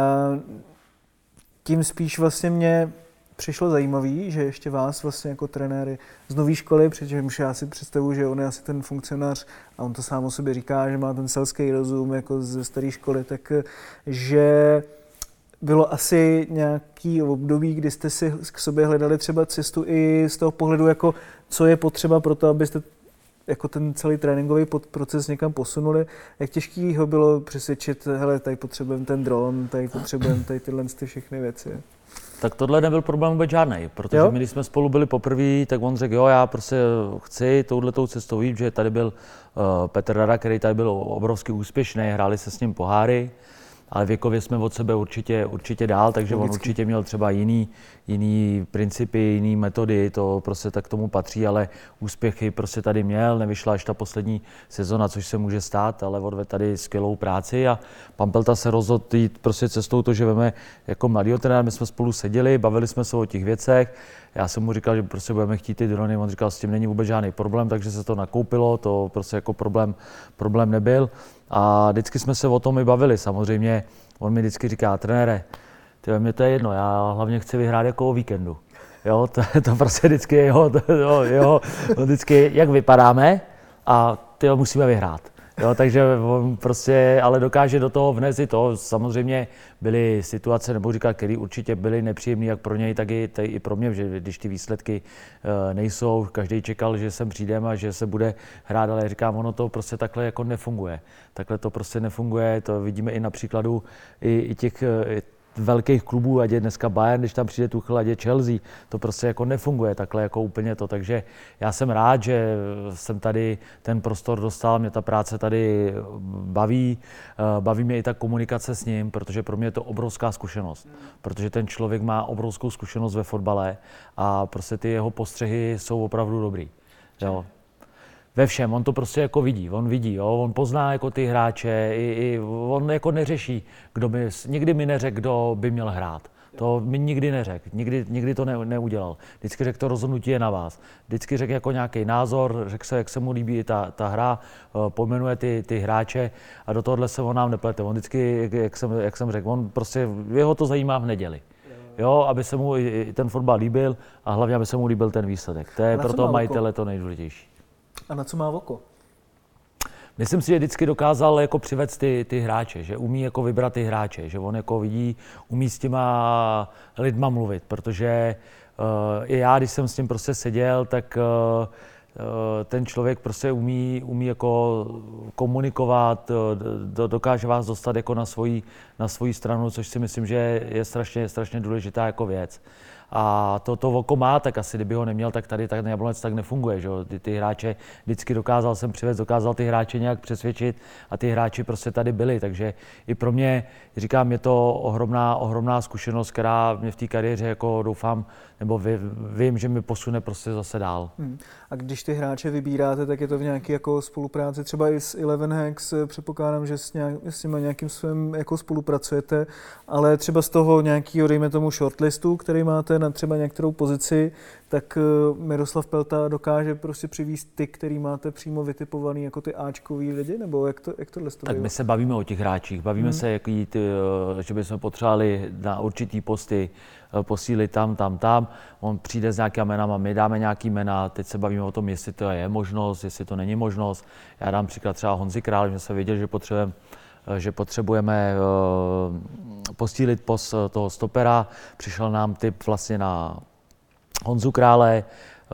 Tím spíš vlastně mě přišlo zajímavý, že ještě vás vlastně jako trenéry z nové školy, protože já si představuji, že on je asi ten funkcionář a on to sám o sobě říká, že má ten selský rozum jako ze staré školy, tak že bylo asi nějaký období, kdy jste si k sobě hledali třeba cestu i z toho pohledu, jako co je potřeba pro to, abyste jako ten celý tréninkový proces někam posunuli. Jak těžký ho bylo přesvědčit, hele, tady potřebujeme ten dron, tady potřebujeme tady tyhle ty všechny věci? Tak tohle nebyl problém vůbec žádnej, protože jo? my, když jsme spolu byli poprvé, tak on řekl, jo, já prostě chci touhletou cestou jít, že tady byl uh, Petr Rada, který tady byl obrovsky úspěšný, hráli se s ním poháry, ale věkově jsme od sebe určitě, určitě dál, takže Logicky. On určitě měl třeba jiný, jiný principy, jiný metody, to prostě tak tomu patří, ale úspěchy prostě tady měl, nevyšla až ta poslední sezona, což se může stát, ale odvedl tady skvělou práci a pan Pelta se rozhodl jít prostě cestou to, že veme jako mladýho trenéra, my jsme spolu seděli, bavili jsme se o těch věcech, já jsem mu říkal, že prostě budeme chtít ty drony, on říkal, s tím není vůbec žádný problém, takže se to nakoupilo, to prostě jako problém, problém nebyl. A vždycky jsme se o tom i bavili, samozřejmě on mi vždycky říká, trenére, tyhle, mě to je jedno, já hlavně chci vyhrát jako o víkendu. Jo, to, to prostě vždycky je jeho, to, jo, jeho, vždycky, jak vypadáme a tyhle musíme vyhrát. Jo, takže on prostě, ale dokáže do toho vnést i to. Samozřejmě byly situace, nebo říkat, které určitě byly nepříjemné, jak pro něj, tak i, tak i pro mě, že když ty výsledky uh, nejsou, každý čekal, že sem přijdeme a že se bude hrát, ale říkám, ono to prostě takhle jako nefunguje. Takhle to prostě nefunguje, to vidíme i na příkladu i, i těch i velkých klubů, ať je dneska Bayern, když tam přijde Tuchel, ať je Chelsea, to prostě jako nefunguje takhle jako úplně to, takže já jsem rád, že jsem tady ten prostor dostal, mě ta práce tady baví, baví mě i ta komunikace s ním, protože pro mě je to obrovská zkušenost, protože ten člověk má obrovskou zkušenost ve fotbale a prostě ty jeho postřehy jsou opravdu dobrý. Jo. Ve všem, on to prostě jako vidí, on vidí, jo? On pozná jako ty hráče, i, i, on jako neřeší, kdo by, nikdy mi neřekl, kdo by měl hrát. To mi nikdy neřekl, nikdy, nikdy to ne, neudělal. Vždycky řekl, to rozhodnutí je na vás. Vždycky řekl jako nějaký názor, řekl se, jak se mu líbí ta, ta hra, pojmenuje ty, ty hráče a do tohohle se on nám neplete. On vždycky, jak jsem, jak jsem řekl, on prostě, jeho to zajímá v neděli. Jo, aby se mu i ten fotbal líbil a hlavně, aby se mu líbil ten výsledek. To je pro toho majitele to nejdůležitější. A na co má oko? Myslím si, že vždycky dokázal jako přivést ty, ty hráče, že umí jako vybrat ty hráče, že on jako vidí, umí s těma lidma mluvit, protože uh, i já, když jsem s tím prostě seděl, tak uh, ten člověk prostě umí, umí jako komunikovat, do, dokáže vás dostat jako na svoji, na svoji stranu, což si myslím, že je strašně, strašně důležitá jako věc. A to, to oko má, tak asi kdyby ho neměl, tak tady tak Jablonec tak nefunguje. Že? Ty, ty hráče vždycky dokázal jsem přivést, dokázal ty hráče nějak přesvědčit a ty hráči prostě tady byli. Takže i pro mě, říkám, je to ohromná, ohromná zkušenost, která mě v té kariéře jako doufám, nebo ví, vím, že mi posune prostě zase dál. Hmm. A když ty hráče vybíráte, tak je to v nějaké jako spolupráci, třeba i s Eleven Hacks, předpokládám, že s, nějak, s nimi nějakým svým jako spolupracujete, ale třeba z toho nějakého, dejme tomu, shortlistu, který máte na třeba některou pozici, tak Miroslav Pelta dokáže prostě přivést ty, který máte přímo vytipovaný jako ty áčkový lidi, nebo jak to, jak tohle to Tak my se bavíme o těch hráčích, bavíme hmm. se, jak jít, že bychom potřebovali na určitý posty posílit tam, tam, tam. On přijde s nějakými jménama, my dáme nějaký jména, teď se bavíme o tom, jestli to je možnost, jestli to není možnost. Já dám příklad třeba Honzi Král, že jsem věděl, že potřebujeme že potřebujeme uh, posílit pos toho stopera. Přišel nám tip vlastně na Honzu Krále,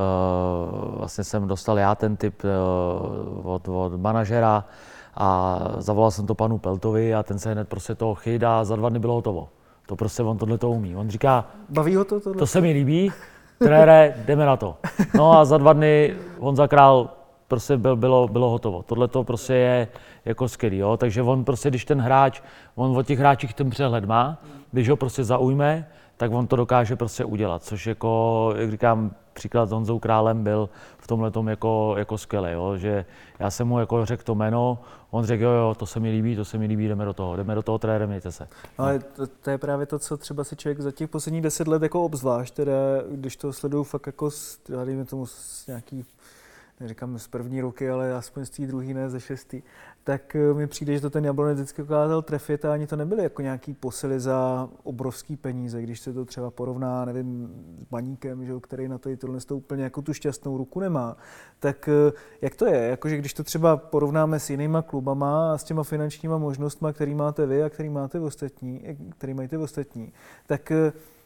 uh, vlastně jsem dostal já ten tip uh, od, od manažera a zavolal jsem to panu Peltovi a ten se hned prostě toho chyt a za dva dny bylo hotovo. To prostě on tohle to umí. On říká, baví ho to, tohle? To se mi líbí, trenére, jdeme na to. No a za dva dny Honza Král prostě byl, bylo, bylo hotovo. Tohle to prostě je jako skvělý, jo. Takže on prostě, když ten hráč, on o těch hráčích ten přehled má, když ho prostě zaujme, tak on to dokáže prostě udělat, což jako, jak říkám, příklad s Honzou Králem byl v tomhletom jako, jako skvělý, jo, že já jsem mu jako řekl to jméno, on řekl, jo, jo, to se mi líbí, to se mi líbí, jdeme do toho, jdeme do toho, trenére, mějte se. No. Ale to, to, je právě to, co třeba si člověk za těch posledních deset let jako obzvlášť, teda, když to sleduju fakt jako, dejme tomu s nějaký, neříkám z první ruky, ale aspoň z té druhé, ne ze šestý, tak mi přijde, že to ten Jablonec vždycky dokázal trefit a ani to nebyly jako nějaký posily za obrovský peníze, když se to třeba porovná, nevím, s Baníkem, že, který na to tohle to úplně jako tu šťastnou ruku nemá. Tak jak to je? Jakože když to třeba porovnáme s jinýma klubama a s těma finančníma možnostma, který máte vy a který máte v ostatní, který mají ty ostatní, tak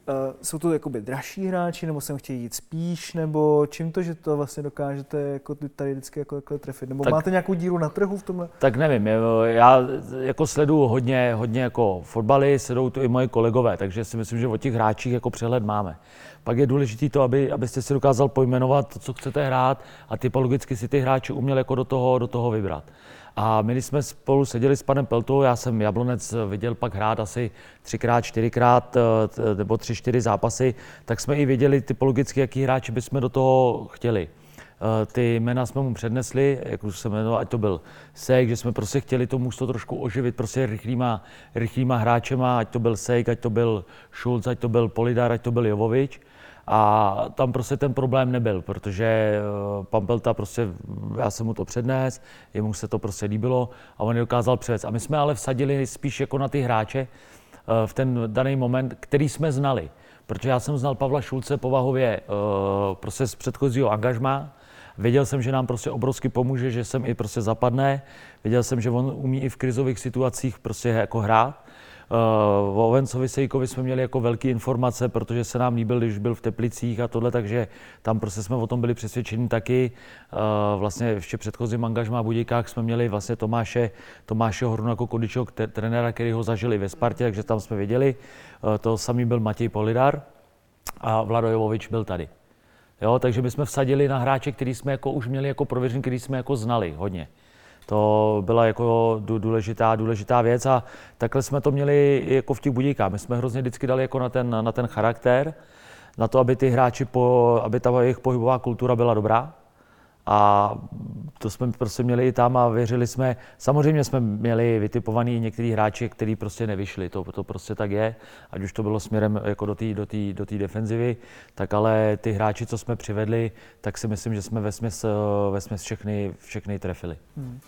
jsou to jakoby dražší hráči, nebo sem chtějí jít spíš, nebo čím to, že to vlastně dokážete jako tady vždycky jako takhle trefit? Nebo tak, máte nějakou díru na trhu v tomhle? Tak nevím, já jako sleduju hodně, hodně jako fotbaly, sledují to i moji kolegové, takže si myslím, že o těch hráčích jako přehled máme. Pak je důležité to, aby, abyste si dokázal pojmenovat to, co chcete hrát a typologicky si ty hráči uměli jako do toho, do toho vybrat. A my, když jsme spolu seděli s panem Peltou, já jsem Jablonec viděl pak hrát asi třikrát, čtyřikrát nebo tři, čtyři zápasy, tak jsme i věděli typologicky, jaký hráči bychom do toho chtěli. Ty jména jsme mu přednesli, jak už se jmenoval, ať to byl Sejk, že jsme prostě chtěli to mužstvo trošku oživit prostě rychlýma, rychlýma hráčema, ať to byl Sejk, ať to byl Šulc, ať to byl Polidar, ať to byl Jovovič. A tam prostě ten problém nebyl, protože pan Pelta prostě, já jsem mu to přednes, jemu se to prostě líbilo a on je dokázal převést. A my jsme ale vsadili spíš jako na ty hráče v ten daný moment, který jsme znali. Protože já jsem znal Pavla Šulce povahově prostě z předchozího angažmá. Věděl jsem, že nám prostě obrovsky pomůže, že jsem i prostě zapadne. Věděl jsem, že on umí i v krizových situacích prostě jako hrát. Uh, o Vencovi Sejkovi jsme měli jako velké informace, protože se nám líbil, když byl v Teplicích a tohle, takže tam prostě jsme o tom byli přesvědčeni taky. Uh, vlastně ještě předchozím angažmá v Budějkách jsme měli vlastně Tomáše, Tomáše Hornu jako kondičního trenéra, který ho zažili ve Spartě, takže tam jsme věděli. Uh, to samý byl Matěj Polidar a Vlado Jovovič byl tady. Jo, takže my jsme vsadili na hráče, který jsme jako už měli jako prověřený, který jsme jako znali hodně. To byla jako důležitá, důležitá věc a takhle jsme to měli jako v těch Budějkách. My jsme hrozně vždycky dali jako na ten, na ten charakter, na to, aby ty hráči, po, aby ta jejich pohybová kultura byla dobrá. A to jsme prostě měli i tam a věřili jsme, samozřejmě jsme měli vytipovaný některý hráči, kteří prostě nevyšli, to, to prostě tak je, ať už to bylo směrem jako do té do té, do té defenzivy, tak ale ty hráči, co jsme přivedli, tak si myslím, že jsme vesměs, vesměs všechny, všechny trefili. Hmm.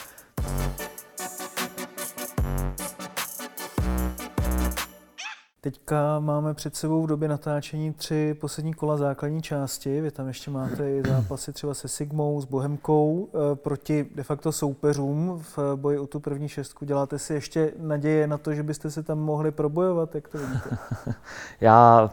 Teďka máme před sebou v době natáčení tři poslední kola základní části. Vy tam ještě máte i zápasy třeba se Sigmou, s Bohemkou proti de facto soupeřům v boji o tu první šestku. Děláte si ještě naděje na to, že byste se tam mohli probojovat? Jak to vidíte? já,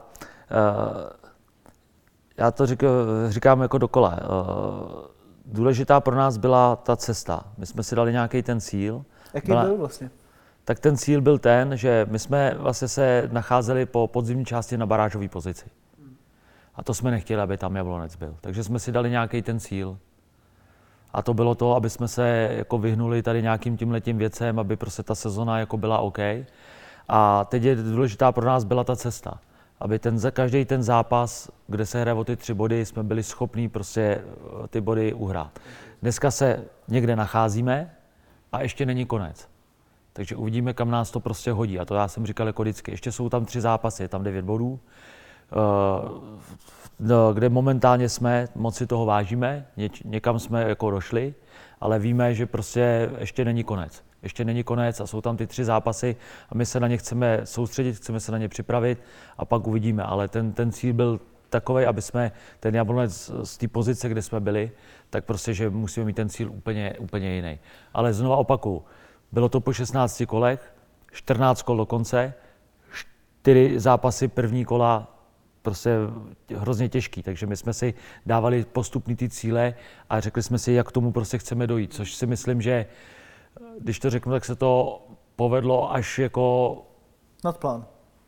já to říkám, říkám jako dokola. Důležitá pro nás byla ta cesta. My jsme si dali nějaký ten cíl. Jaký byla... byl vlastně? Tak ten cíl byl ten, že my jsme vlastně se nacházeli po podzimní části na barážové pozici. A to jsme nechtěli, aby tam Jablonec byl. Takže jsme si dali nějaký ten cíl. A to bylo to, aby jsme se jako vyhnuli tady nějakým tímhletím věcem, aby prostě ta sezona jako byla OK. A teď je důležitá pro nás byla ta cesta. Aby ten, za každý ten zápas, kde se hraje o ty tři body, jsme byli schopní prostě ty body uhrát. Dneska se někde nacházíme a ještě není konec. Takže uvidíme, kam nás to prostě hodí. A to já jsem říkal jako vždycky. Ještě jsou tam tři zápasy, je tam devět bodů, kde momentálně jsme, moc si toho vážíme, někam jsme jako došli, ale víme, že prostě ještě není konec. Ještě není konec a jsou tam ty tři zápasy a my se na ně chceme soustředit, chceme se na ně připravit a pak uvidíme. Ale ten, ten cíl byl takový, aby jsme ten Jablonec z té pozice, kde jsme byli, tak prostě, že musíme mít ten cíl úplně, úplně jiný. Ale znova opakuju, bylo to po šestnácti kolech, čtrnáct kol do konce, čtyři zápasy první kola, prostě hrozně těžký, takže my jsme si dávali postupný ty cíle a řekli jsme si, jak k tomu prostě chceme dojít, což si myslím, že když to řeknu, tak se to povedlo až jako... Nad plán.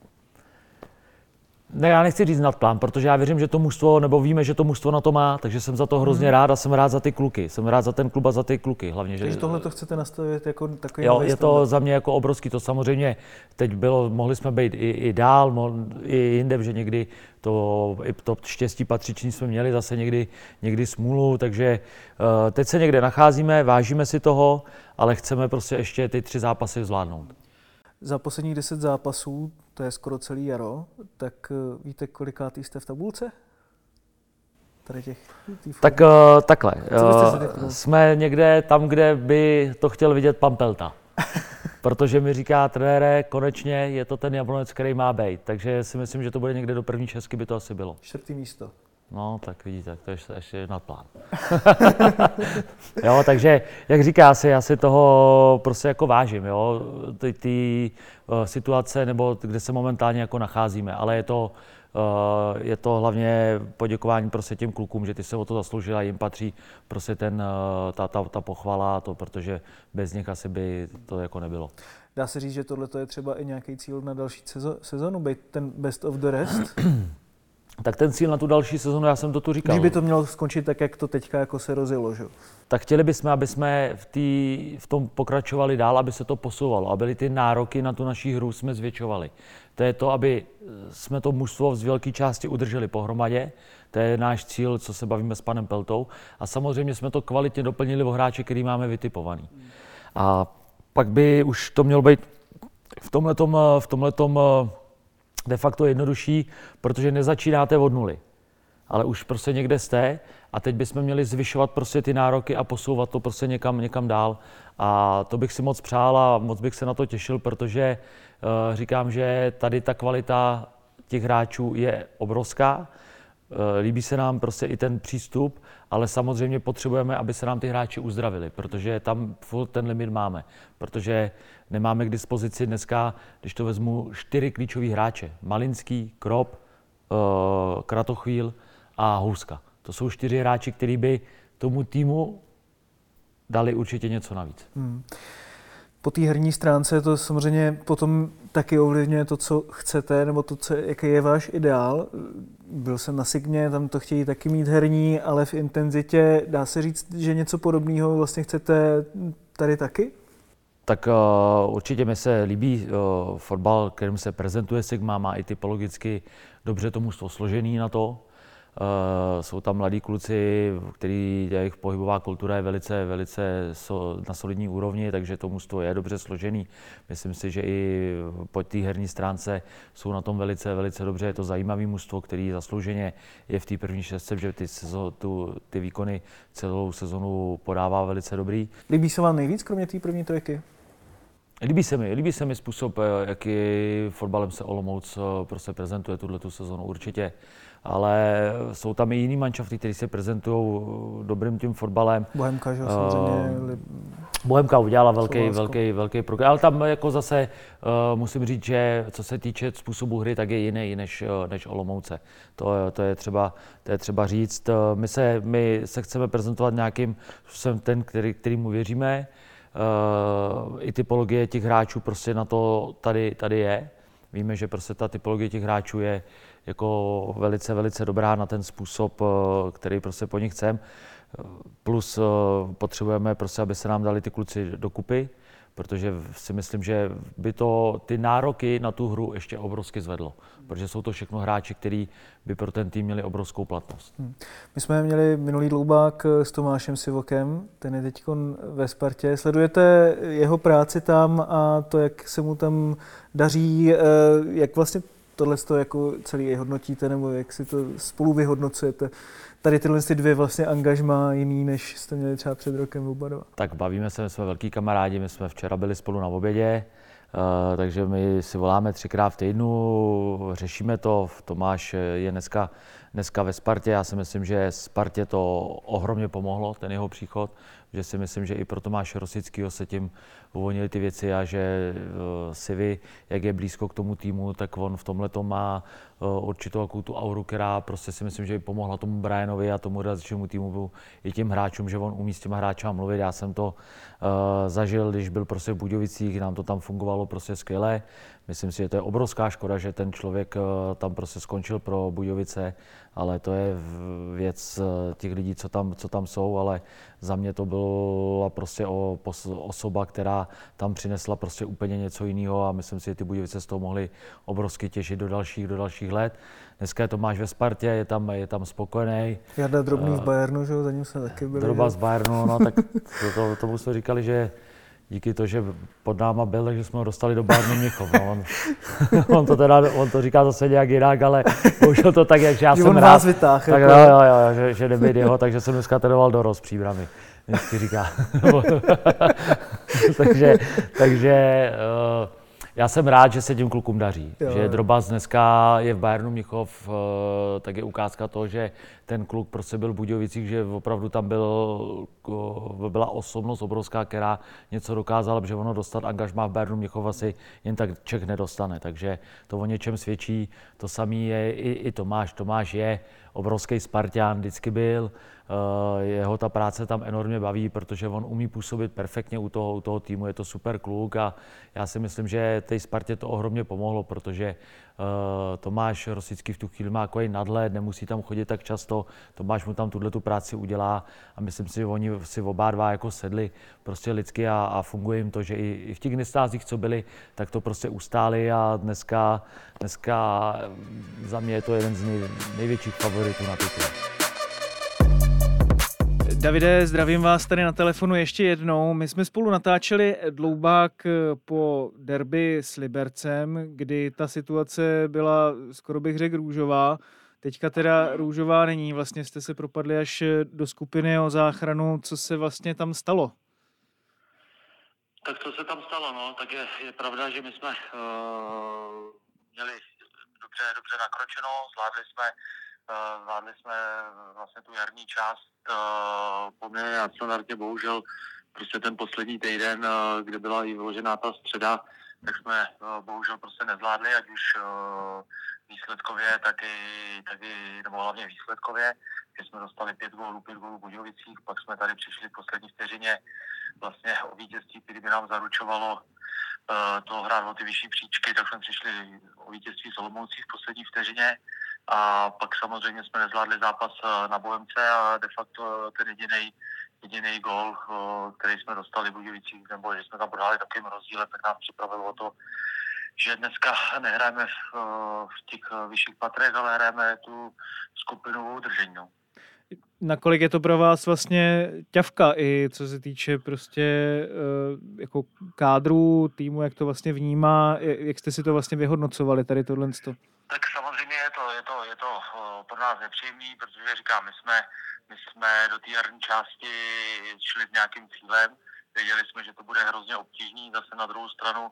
Ne, já nechci říct nad plán, protože já věřím, že to mužstvo, nebo víme, že to mužstvo na to má, takže jsem za to hrozně hmm. rád a jsem rád za ty kluky. Jsem rád za ten klub a za ty kluky hlavně. Takže že... tohle to chcete nastavit jako takový Jo, je to za mě jako obrovský, to samozřejmě teď bylo, mohli jsme být i, i dál, mohl, i jinde, že někdy to, i to štěstí patřiční jsme měli, zase někdy, někdy smůlu, takže uh, teď se někde nacházíme, vážíme si toho, ale chceme prostě ještě ty tři zápasy zvládnout. Za posledních deset zápasů, to je skoro celý jaro, tak víte, kolikátý jste v tabulce? Tady těch tak uh, takhle, uh, jsme někde tam, kde by to chtěl vidět pan Pelta. Protože mi říká, trenére, konečně je to ten Jablonec, který má být. Takže si myslím, že to bude někde do první šestky, by to asi bylo. Čtvrtý místo. No, tak vidíte, to je ještě nad plán. Jo, takže, jak říká se, já si toho prostě jako vážím, jo, ty, ty uh, situace, nebo kde se momentálně jako nacházíme, ale je to, uh, je to hlavně poděkování prostě těm klukům, že ty se o to zasloužili a jim patří prostě ten, uh, ta, ta, ta pochvala, to, protože bez nich asi by to jako nebylo. Dá se říct, že tohle je třeba i nějaký cíl na další sezonu, být ten best of the rest? Tak ten cíl na tu další sezonu, já jsem to tu říkal. Když by to mělo skončit tak, jak to teďka jako se rozjelo, že? Tak chtěli bychom, aby jsme v, tý, v tom pokračovali dál, aby se to posouvalo, aby ty nároky na tu naší hru jsme zvětšovali. To je to, aby jsme to mužstvo z velké části udrželi pohromadě. To je náš cíl, co se bavíme s panem Peltou. A samozřejmě jsme to kvalitně doplnili o hráče, který máme vytipovaný. A pak by už to mělo být v tomhletom, v tomhletom de facto jednodušší, protože nezačínáte od nuly, ale už prostě někde jste a teď bychom měli zvyšovat prostě ty nároky a posouvat to prostě někam, někam dál. A to bych si moc přál a moc bych se na to těšil, protože uh, říkám, že tady ta kvalita těch hráčů je obrovská. Uh, líbí se nám prostě i ten přístup, ale samozřejmě potřebujeme, aby se nám ty hráči uzdravili, protože tam furt ten limit máme, protože nemáme k dispozici dneska, když to vezmu, čtyři klíčoví hráče. Malinský, Krop, uh, Kratochvíl a Houska. To jsou čtyři hráči, kteří by tomu týmu dali určitě něco navíc. Hmm. Po té herní stránce to samozřejmě potom taky ovlivňuje to, co chcete, nebo to, co, jaký je váš ideál. Byl jsem na Signě, tam to chtějí taky mít herní, ale v intenzitě dá se říct, že něco podobného vlastně chcete tady taky? Tak uh, určitě mi se líbí uh, fotbal, kterým se prezentuje Sigma, má i typologicky dobře to mužstvo složený na to. Uh, jsou tam mladí kluci, který jejich pohybová kultura je velice, velice so, na solidní úrovni, takže to mužstvo je dobře složený. Myslím si, že i po té herní stránce jsou na tom velice, velice dobře. Je to zajímavý mužstvo, který zaslouženě je v té první šestce, že ty, sezon, tu, ty výkony celou sezonu podává velice dobrý. Líbí se vám nejvíc, kromě té první trojky? Líbí se mi, líbí se mi způsob, jaký fotbalem se Olomouc prostě prezentuje tuhletu sezonu určitě. Ale jsou tam i jiný manšafty, které se prezentují dobrým tím fotbalem. Bohemka, že samozřejmě. Bohemka udělala velký, velký, velký program, ale tam jako zase uh, musím říct, že co se týče způsobu hry, tak je jiný než, než Olomouce. To, to, je třeba, to je třeba říct. My se, my se chceme prezentovat nějakým způsobem ten, který, kterýmu věříme. Uh, I typologie těch hráčů prostě na to tady, tady je. Víme, že prostě ta typologie těch hráčů je jako velice, velice dobrá na ten způsob, který prostě po nich chceme. Plus potřebujeme prostě, aby se nám dali ty kluci dokupy, protože si myslím, že by to ty nároky na tu hru ještě obrovsky zvedlo, protože jsou to všechno hráči, kteří by pro ten tým měli obrovskou platnost. Hmm. My jsme měli minulý dloubák s Tomášem Sivokem, ten je teď ve Spartě. Sledujete jeho práci tam a to, jak se mu tam daří, jak vlastně tohle jako celý hodnotíte, nebo jak si to spolu vyhodnocujete? Tady tyhle dvě vlastně angažmá jiný, než jste měli třeba před rokem oba dva. Tak bavíme se, my jsme velký kamarádi, my jsme včera byli spolu na obědě, uh, takže my si voláme třikrát v týdnu, řešíme to. Tomáš je dneska, dneska ve Spartě, já si myslím, že Spartě to ohromně pomohlo, ten jeho příchod, že si myslím, že i pro Tomáše Rosického se tím uvolnily ty věci a že uh, Sivi, jak je blízko k tomu týmu, tak on v tomhletom má uh, určitou jakou tu auru, která prostě si myslím, že i pomohla tomu Brianovi a tomu realizačnímu týmu i těm hráčům, že on umí s těma hráčama mluvit. Já jsem to uh, zažil, když byl prostě v Budějovicích, nám to tam fungovalo prostě skvěle. Myslím si, že to je obrovská škoda, že ten člověk uh, tam prostě skončil pro Budějovice, ale to je věc uh, těch lidí, co tam, co tam jsou, ale za mě to byla prostě o, osoba, která tam přinesla prostě úplně něco jiného a myslím si, že ty Budějovice z toho mohly obrovsky těžit do dalších, do dalších let. Dneska je Tomáš ve Spartě, je tam, je tam spokojený. Jarda Drobný uh, v Bayernu, že? Za ním jsme taky byli. Droba z Bayernu, no tak to, to, tomu jsme říkali, že díky to, že pod náma byl, takže jsme ho dostali do Bayernu Mnichov. No. On, on, to teda, on to říká zase nějak jinak, ale použil to tak, jak já že jsem on rád. vás vytáhl. Tak jako... jo, jo, jo, že, že nebyl jeho, takže jsem dneska trénoval do Roz Příbrami. Vždycky říká. takže takže uh, Já jsem rád, že se těm klukům daří. Jo. Že Drobas dneska je v Bayernu Mnichov, tak je ukázka toho, že ten kluk prostě byl v Budějovicích, že opravdu tam byl, byla osobnost obrovská, která něco dokázala, že ono dostat angažmá v Bayernu Mnichov asi jen tak Čech nedostane. Takže to o něčem svědčí. To samý je i, i Tomáš. Tomáš je obrovský Spartan, vždycky byl. Jeho ta práce tam enormně baví, protože on umí působit perfektně u toho, u toho týmu, je to super kluk a já si myslím, že té Spartě to ohromně pomohlo, protože uh, Tomáš Rosický v tu chvíli má takový nadhled, nemusí tam chodit tak často, Tomáš mu tam tuhletu práci udělá a myslím si, že oni si oba dva jako sedli prostě lidsky a, a funguje jim to, že i, i v těch nestázích, co byli, tak to prostě ustáli a dneska, dneska za mě je to jeden z nej, největších favoritů na titul. Davide, zdravím vás tady na telefonu ještě jednou. My jsme spolu natáčeli Dloubák po derby s Libercem, kdy ta situace byla, skoro bych řekl, růžová. Teďka teda růžová není, vlastně jste se propadli až do skupiny o záchranu. Co se vlastně tam stalo? Tak co se tam stalo, no, tak je, je pravda, že my jsme uh, měli dobře, dobře nakročeno, zvládli jsme Uh, zvládli jsme vlastně tu jarní část uh, poměrně nadstandardně, bohužel prostě ten poslední týden, uh, kde byla i vyložená ta středa, tak jsme uh, bohužel prostě nezvládli, ať už uh, výsledkově, tak i, tak i, nebo hlavně výsledkově, že jsme dostali pět gólů, pět gólů v Budějovicích, pak jsme tady přišli v poslední vteřině vlastně o vítězství, který by nám zaručovalo uh, to hrát o ty vyšší příčky, tak jsme přišli o vítězství s Olomoucí v poslední vteřině. A pak samozřejmě jsme nezvládli zápas na Bohemce a de facto ten jediný jediný gól, který jsme dostali v Budějovicích, nebo že jsme tam prohráli takovým rozdílem, tak nás připravilo o to, že dneska nehrajeme v, v těch vyšších patrech, ale hrajeme tu skupinovou udržení. No. Nakolik je to pro vás vlastně ťavka i co se týče prostě jako kádru, týmu, jak to vlastně vnímá, jak jste si to vlastně vyhodnocovali tady tohle? Tak samozřejmě je to, je to, je to pro nás nepříjemný, protože říkám, my jsme, my jsme do té jarní části šli s nějakým cílem. Věděli jsme, že to bude hrozně obtížný, zase na druhou stranu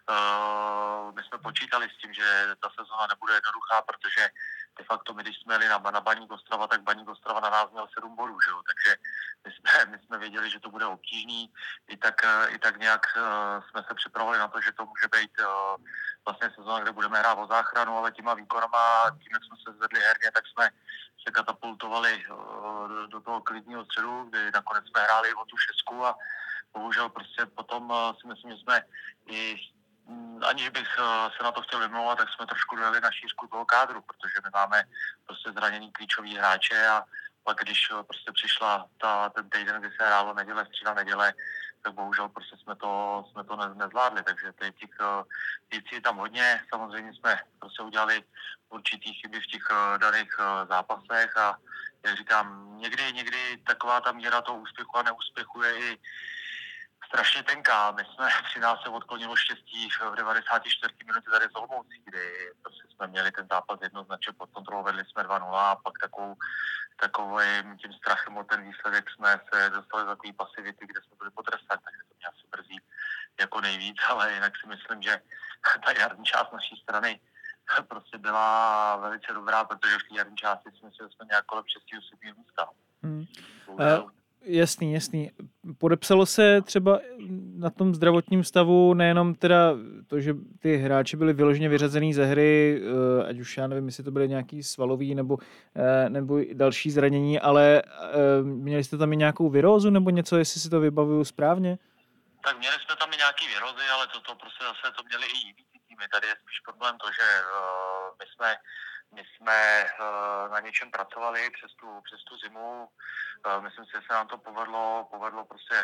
uh, my jsme počítali s tím, že ta sezona nebude jednoduchá, protože de facto my, když jsme jeli na, na Baník Ostrava, tak Baník Ostrava na nás měl sedm bodů, že jo? Takže my jsme, my jsme věděli, že to bude obtížný, i tak, i tak nějak uh, jsme se připravili na to, že to může být uh, vlastně sezona, kde budeme hrát o záchranu, ale těma výkonama, tím, jak jsme se zvedli herně, tak jsme se katapultovali uh, do, do toho klidního středu, kdy nakonec jsme hráli o tu šestku a bohužel prostě potom uh, si myslím, že jsme i aniž bych se na to chtěl vymlouvat, tak jsme trošku dojeli na šířku toho kádru, protože my máme prostě zraněný klíčový hráče a pak když prostě přišla ta, ten týden, kdy se hrálo neděle, středa neděle, tak bohužel prostě jsme to, jsme to ne, nezvládli, takže těch věcí je tam hodně, samozřejmě jsme prostě udělali určitý chyby v těch daných zápasech a jak říkám, někdy, někdy taková ta míra toho úspěchu a neúspěchu je i strašně tenká. My jsme, při nás se odklonilo štěstí v devadesáté čtvrté minutě tady z Olomoucí, kdy prostě jsme měli ten zápas jednoznačně pod kontrolou, vedli jsme dva nula a pak takovou, takovým tím strachem o ten výsledek jsme se dostali do takové pasivity, kde jsme byli potrestáni, takže to mě asi brzí jako nejvíc, ale jinak si myslím, že ta jarní část naší strany prostě byla velice dobrá, protože v té jarní části si myslím, že jsme nějak kolem šesti sedmi místa. Hmm. Jasný, jasný. Podepsalo se třeba na tom zdravotním stavu nejenom teda to, že ty hráči byli vyloženě vyřazený ze hry, ať už já nevím, jestli to byly nějaký svalový nebo, nebo další zranění, ale měli jste tam i nějakou virózu nebo něco, jestli si to vybavuju správně? Tak měli jsme tam i nějaký virózy, ale to, to prostě zase to měli i jiný týmy. Tady je spíš problém to, že uh, my jsme My jsme uh, na něčem pracovali přes tu, přes tu zimu. Uh, myslím si, že se nám to povedlo, povedlo prostě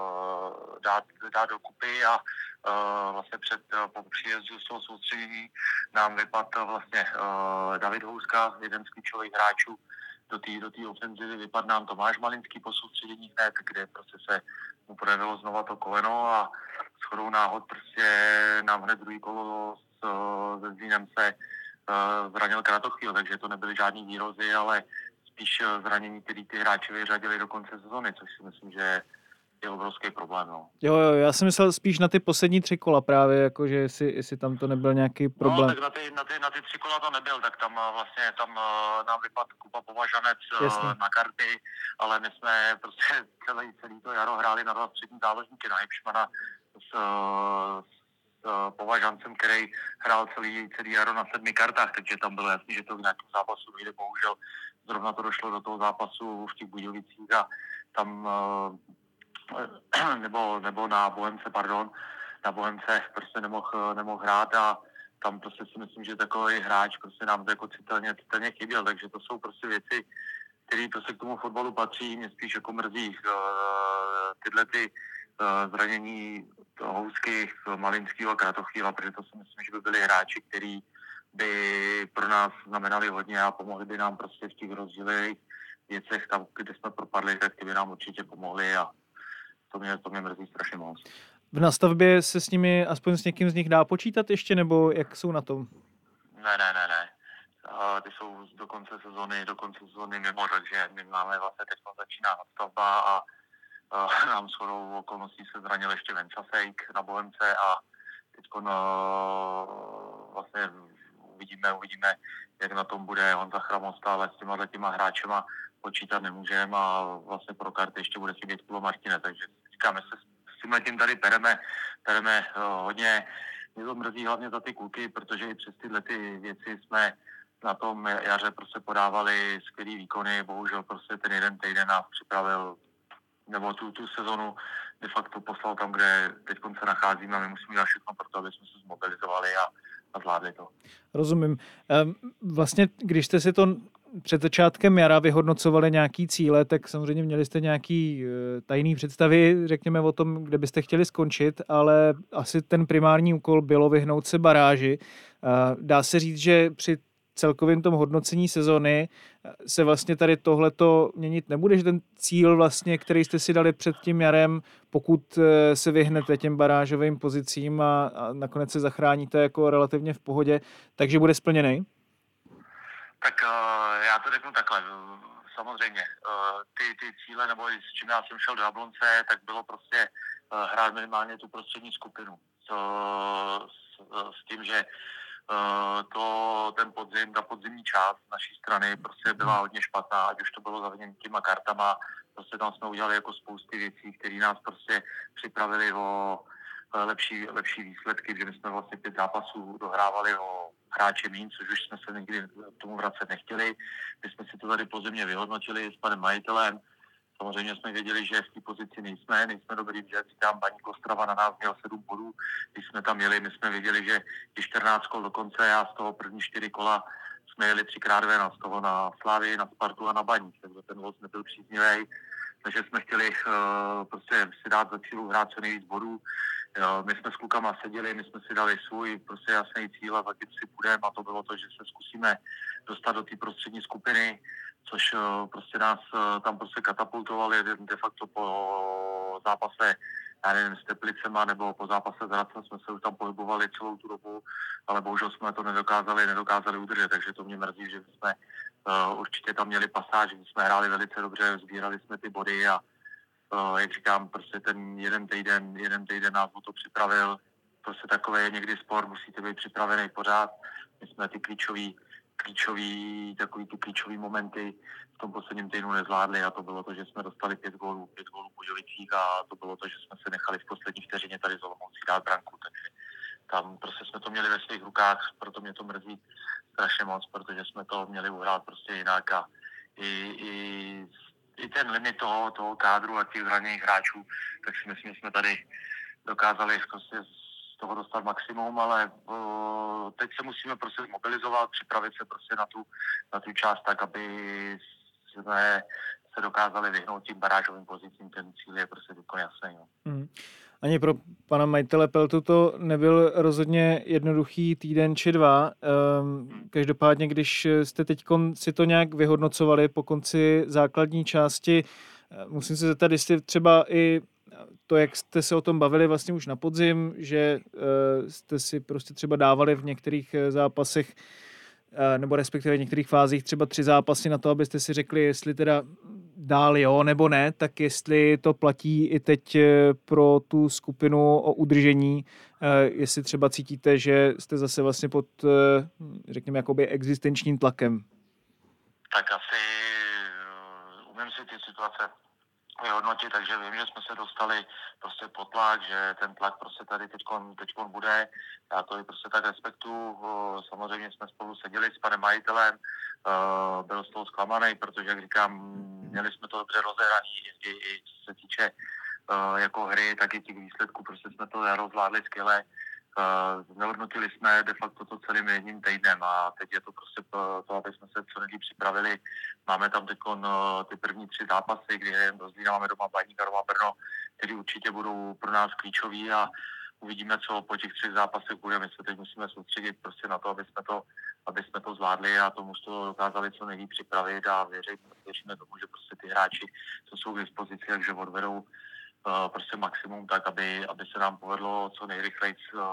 uh, dát, dát dokupy a uh, vlastně před uh, po příjezdu z toho soustředění nám vypadl vlastně uh, David Houska, jeden z klíčových hráčů do té do té ofenzivy. Vypadl nám Tomáš Malinský po soustředění hned, kde prostě se mu projevilo znova to koleno a shodou náhod prostě nám hned druhý kolo s, se Zlínem se zranil Kratochvíl, takže to nebyly žádný výrozy, ale spíš zranění, který ty hráči vyřadili do konce sezony, což si myslím, že je obrovský problém. No. Jo, jo, já jsem myslel spíš na ty poslední tři kola právě, jako že jestli, jestli tam to nebyl nějaký problém. No, tak na ty, na, ty, na ty tři kola to nebyl, tak tam vlastně tam nám vypadl Kuba Považanec Jasně. na karty, ale my jsme prostě celý, celý to jaro hráli na dva střední záložníky, na Hipšmana s, s Považancem, který hrál celý, celý jaro na sedmi kartách, takže tam bylo jasný, že to v nějakém zápasu vyjde, bohužel zrovna to došlo do toho zápasu v těch Budějovicích a tam nebo, nebo na Bohemce, pardon, na Bohemce prostě nemohl, nemohl hrát a tam prostě si myslím, že takový hráč prostě nám to jako citelně, citelně chyběl, takže to jsou prostě věci, které prostě k tomu fotbalu patří, mě spíš jako mrzí uh, tyhle ty uh, zranění Housky, Malinského a Kratochvíla, protože to si myslím, že by byli hráči, kteří by pro nás znamenali hodně a pomohli by nám prostě v těch rozdílných věcech, tam, kde jsme propadli, tak ty by nám určitě pomohli a to mě, to mě mrzí strašně moc. V nastavbě se s nimi, aspoň s někým z nich dá počítat ještě, nebo jak jsou na tom? Ne, ne, ne, ne. Uh, ty jsou do konce sezóny, do konce sezóny mimo, takže my máme vlastně teď začíná nastavba a uh, nám shodou okolností se zranil ještě Vencasejk na Bohemce a teď uh, vlastně uvidíme, uvidíme, jak na tom bude Honza Chramosta, ale s těma těma hráčema počítat nemůžeme a vlastně pro karty ještě bude chybět Kulo Martine, takže říkáme se s tímhle tím tady pereme, pereme uh, hodně. Mě to mrzí hlavně za ty kluky, protože i přes tyhle ty věci jsme na tom jaře prostě podávali skvělý výkony, bohužel prostě ten jeden týden nás připravil, nebo tu, tu sezonu de facto poslal tam, kde teď se nacházíme a my musíme dělat všechno pro to, aby jsme se zmobilizovali a, a zvládli to. Rozumím. Vlastně, když jste si to před začátkem jara vyhodnocovali nějaký cíle, tak samozřejmě měli jste nějaký tajný představy, řekněme o tom, kde byste chtěli skončit, ale asi ten primární úkol bylo vyhnout se baráži. Dá se říct, že při celkovým tom hodnocení sezony se vlastně tady tohleto měnit nebude, že ten cíl vlastně, který jste si dali před tím jarem, pokud se vyhnete těm barážovým pozicím a, a nakonec se zachráníte jako relativně v pohodě, takže bude splněný? Tak uh, já to řeknu takhle. Samozřejmě, uh, ty, ty cíle, nebo s čím já jsem šel do Jablonce, tak bylo prostě uh, hrát minimálně tu prostřední skupinu. So, s, s tím, že Uh, to, ten podzim, ta podzimní část naší strany prostě byla hodně špatná, ať už to bylo zavinění těma kartama, prostě tam jsme udělali jako spousty věcí, které nás prostě připravili o uh, lepší, lepší výsledky, že my jsme vlastně pět zápasů dohrávali o hráče míň, což už jsme se nikdy k tomu vracet nechtěli. My jsme si to tady pozimně vyhodnotili s panem majitelem. Samozřejmě jsme věděli, že v té pozici nejsme, nejsme dobrý, že říkám, Baník Ostrava na nás měl sedm bodů, když jsme tam jeli, my jsme věděli, že je čtrnáct kol do konce, já z toho první čtyři kola jsme jeli třikrát ven, z toho na Slávii, na Spartu a na Baník, takže ten voz nebyl příznivý, takže jsme chtěli uh, prostě si dát za cílu hrát co nejvíc bodů. Uh, my jsme s klukama seděli, my jsme si dali svůj prostě jasný cíl a za tím si půjdeme a to bylo to, že se zkusíme dostat do té prostřední skupiny, což uh, prostě nás uh, tam prostě katapultovali de facto po zápase, já nevím, s Teplicema nebo po zápase s Hradcem jsme se už tam pohybovali celou tu dobu, ale bohužel jsme to nedokázali, nedokázali udržet, takže to mě mrzí, že jsme uh, určitě tam měli pasáž, že jsme hráli velice dobře, sbírali jsme ty body a uh, jak říkám, prostě ten jeden týden, jeden týden nás o to připravil, prostě takové je někdy sport, musíte být připravený pořád, my jsme ty klíčový klíčový, takový ty klíčový momenty v tom posledním týdnu nezvládli a to bylo to, že jsme dostali pět gólů, pět gólů Budějovicích a to bylo to, že jsme se nechali v poslední vteřině tady z Olomoucí dát branku, takže tam prostě jsme to měli ve svých rukách, proto mě to mrzí strašně moc, protože jsme to měli uhrát prostě jinak a i, i, i ten limit toho, toho kádru a těch zraněných hráčů, tak si myslím, že jsme tady dokázali prostě z toho dostat maximum, ale uh, teď se musíme prostě mobilizovat, připravit se prostě na tu, na tu část tak, aby jsme se dokázali vyhnout tím barážovým pozicím, ten cíl je prostě úplně jasný. No. Hmm. Ani pro pana majitele Peltu to nebyl rozhodně jednoduchý týden či dva. Um, každopádně, když jste teď si to nějak vyhodnocovali po konci základní části, musím se zeptat, jestli třeba i to, jak jste se o tom bavili vlastně už na podzim, že uh, jste si prostě třeba dávali v některých zápasech uh, nebo respektive v některých fázích třeba tři zápasy na to, abyste si řekli, jestli teda dál jo nebo ne, tak jestli to platí i teď pro tu skupinu o udržení, jestli třeba cítíte, že jste zase vlastně pod, řekněme, jakoby existenčním tlakem. Tak asi umím si ty situace vyhodnotit, takže vím, že jsme se dostali prostě pod tlak, že ten tlak prostě tady teďkon, teďkon bude. Já to i prostě tak respektuju. Samozřejmě jsme spolu seděli s panem majitelem, byl z toho zklamaný, protože, jak říkám, měli jsme to dobře rozehraný, i, i co se týče jako hry, tak i těch výsledků, prostě jsme to jaro zvládli skvěle. Nehodnotili jsme de facto to celým jedním týdnem a teď je to prostě to, aby jsme se co nejdřív připravili. Máme tam teď ty první tři zápasy, kdy do Zlína máme doma Baník a doma Brno, které určitě budou pro nás klíčový a uvidíme, co po těch třech zápasech bude. My se teď musíme soustředit prostě na to, aby jsme to, aby jsme to zvládli a tomu to dokázali co nejvíc připravit a věřím, věříme tomu, že prostě ty hráči, co jsou k dispozici, takže odvedou prostě maximum tak, aby, aby se nám povedlo co nejrychleji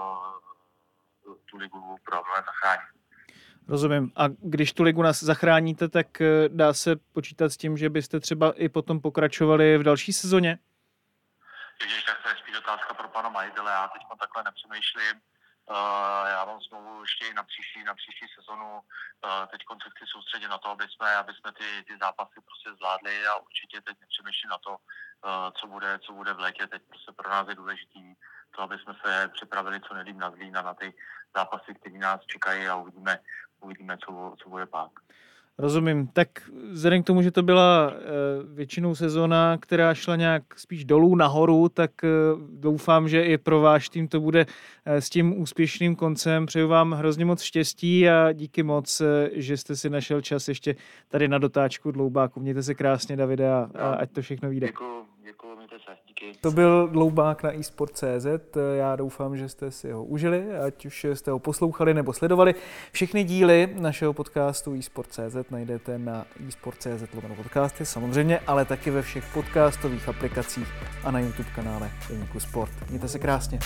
tu ligu problémové zachránit. Rozumím. A když tu ligu nás zachráníte, tak dá se počítat s tím, že byste třeba i potom pokračovali v další sezóně? Ježiš, tak to je spíš otázka pro pana majitele. Já teď takhle nepřemýšlím. Já mám smlouvu ještě na příští, na příští sezonu. Teď se chci soustředit na to, aby jsme, aby jsme ty, ty zápasy prostě zvládli a určitě teď nepřemýšlím na to, co bude, co bude v létě. Teď prostě pro nás je důležitý to, aby jsme se připravili co nejlíp na Zlín a na ty zápasy, které nás čekají a uvidíme, uvidíme co, co bude pak. Rozumím. Tak vzhledem k tomu, že to byla většinou sezóna, která šla nějak spíš dolů nahoru, tak doufám, že i pro váš tým to bude s tím úspěšným koncem. Přeju vám hrozně moc štěstí a díky moc, že jste si našel čas ještě tady na dotáčku Dloubáku. Mějte se krásně, Davide, a, a ať to všechno vyjde. Děkuju, děkuju, mějte se, díky. To byl Dloubák na eSport tečka cé zet. Já doufám, že jste si ho užili, ať už jste ho poslouchali nebo sledovali. Všechny díly našeho podcastu eSport tečka cé zet najdete na eSport tečka cé zet lomeno podcasty samozřejmě, ale taky ve všech podcastových aplikacích a na YouTube kanále Deníku Sport. Mějte se krásně.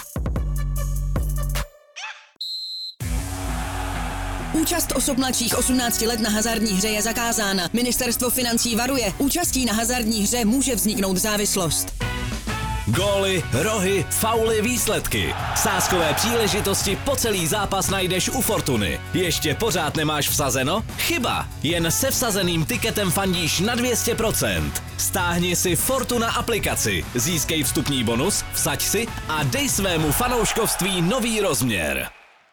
Účast osob mladších osmnácti let na hazardní hře je zakázána. Ministerstvo financí varuje, účastí na hazardní hře může vzniknout závislost. Góly, rohy, fauly, výsledky. Sázkové příležitosti po celý zápas najdeš u Fortuny. Ještě pořád nemáš vsazeno? Chyba! Jen se vsazeným tiketem fandíš na dvě stě procent. Stáhni si Fortuna aplikaci, získej vstupní bonus, vsaď si a dej svému fanouškovství nový rozměr.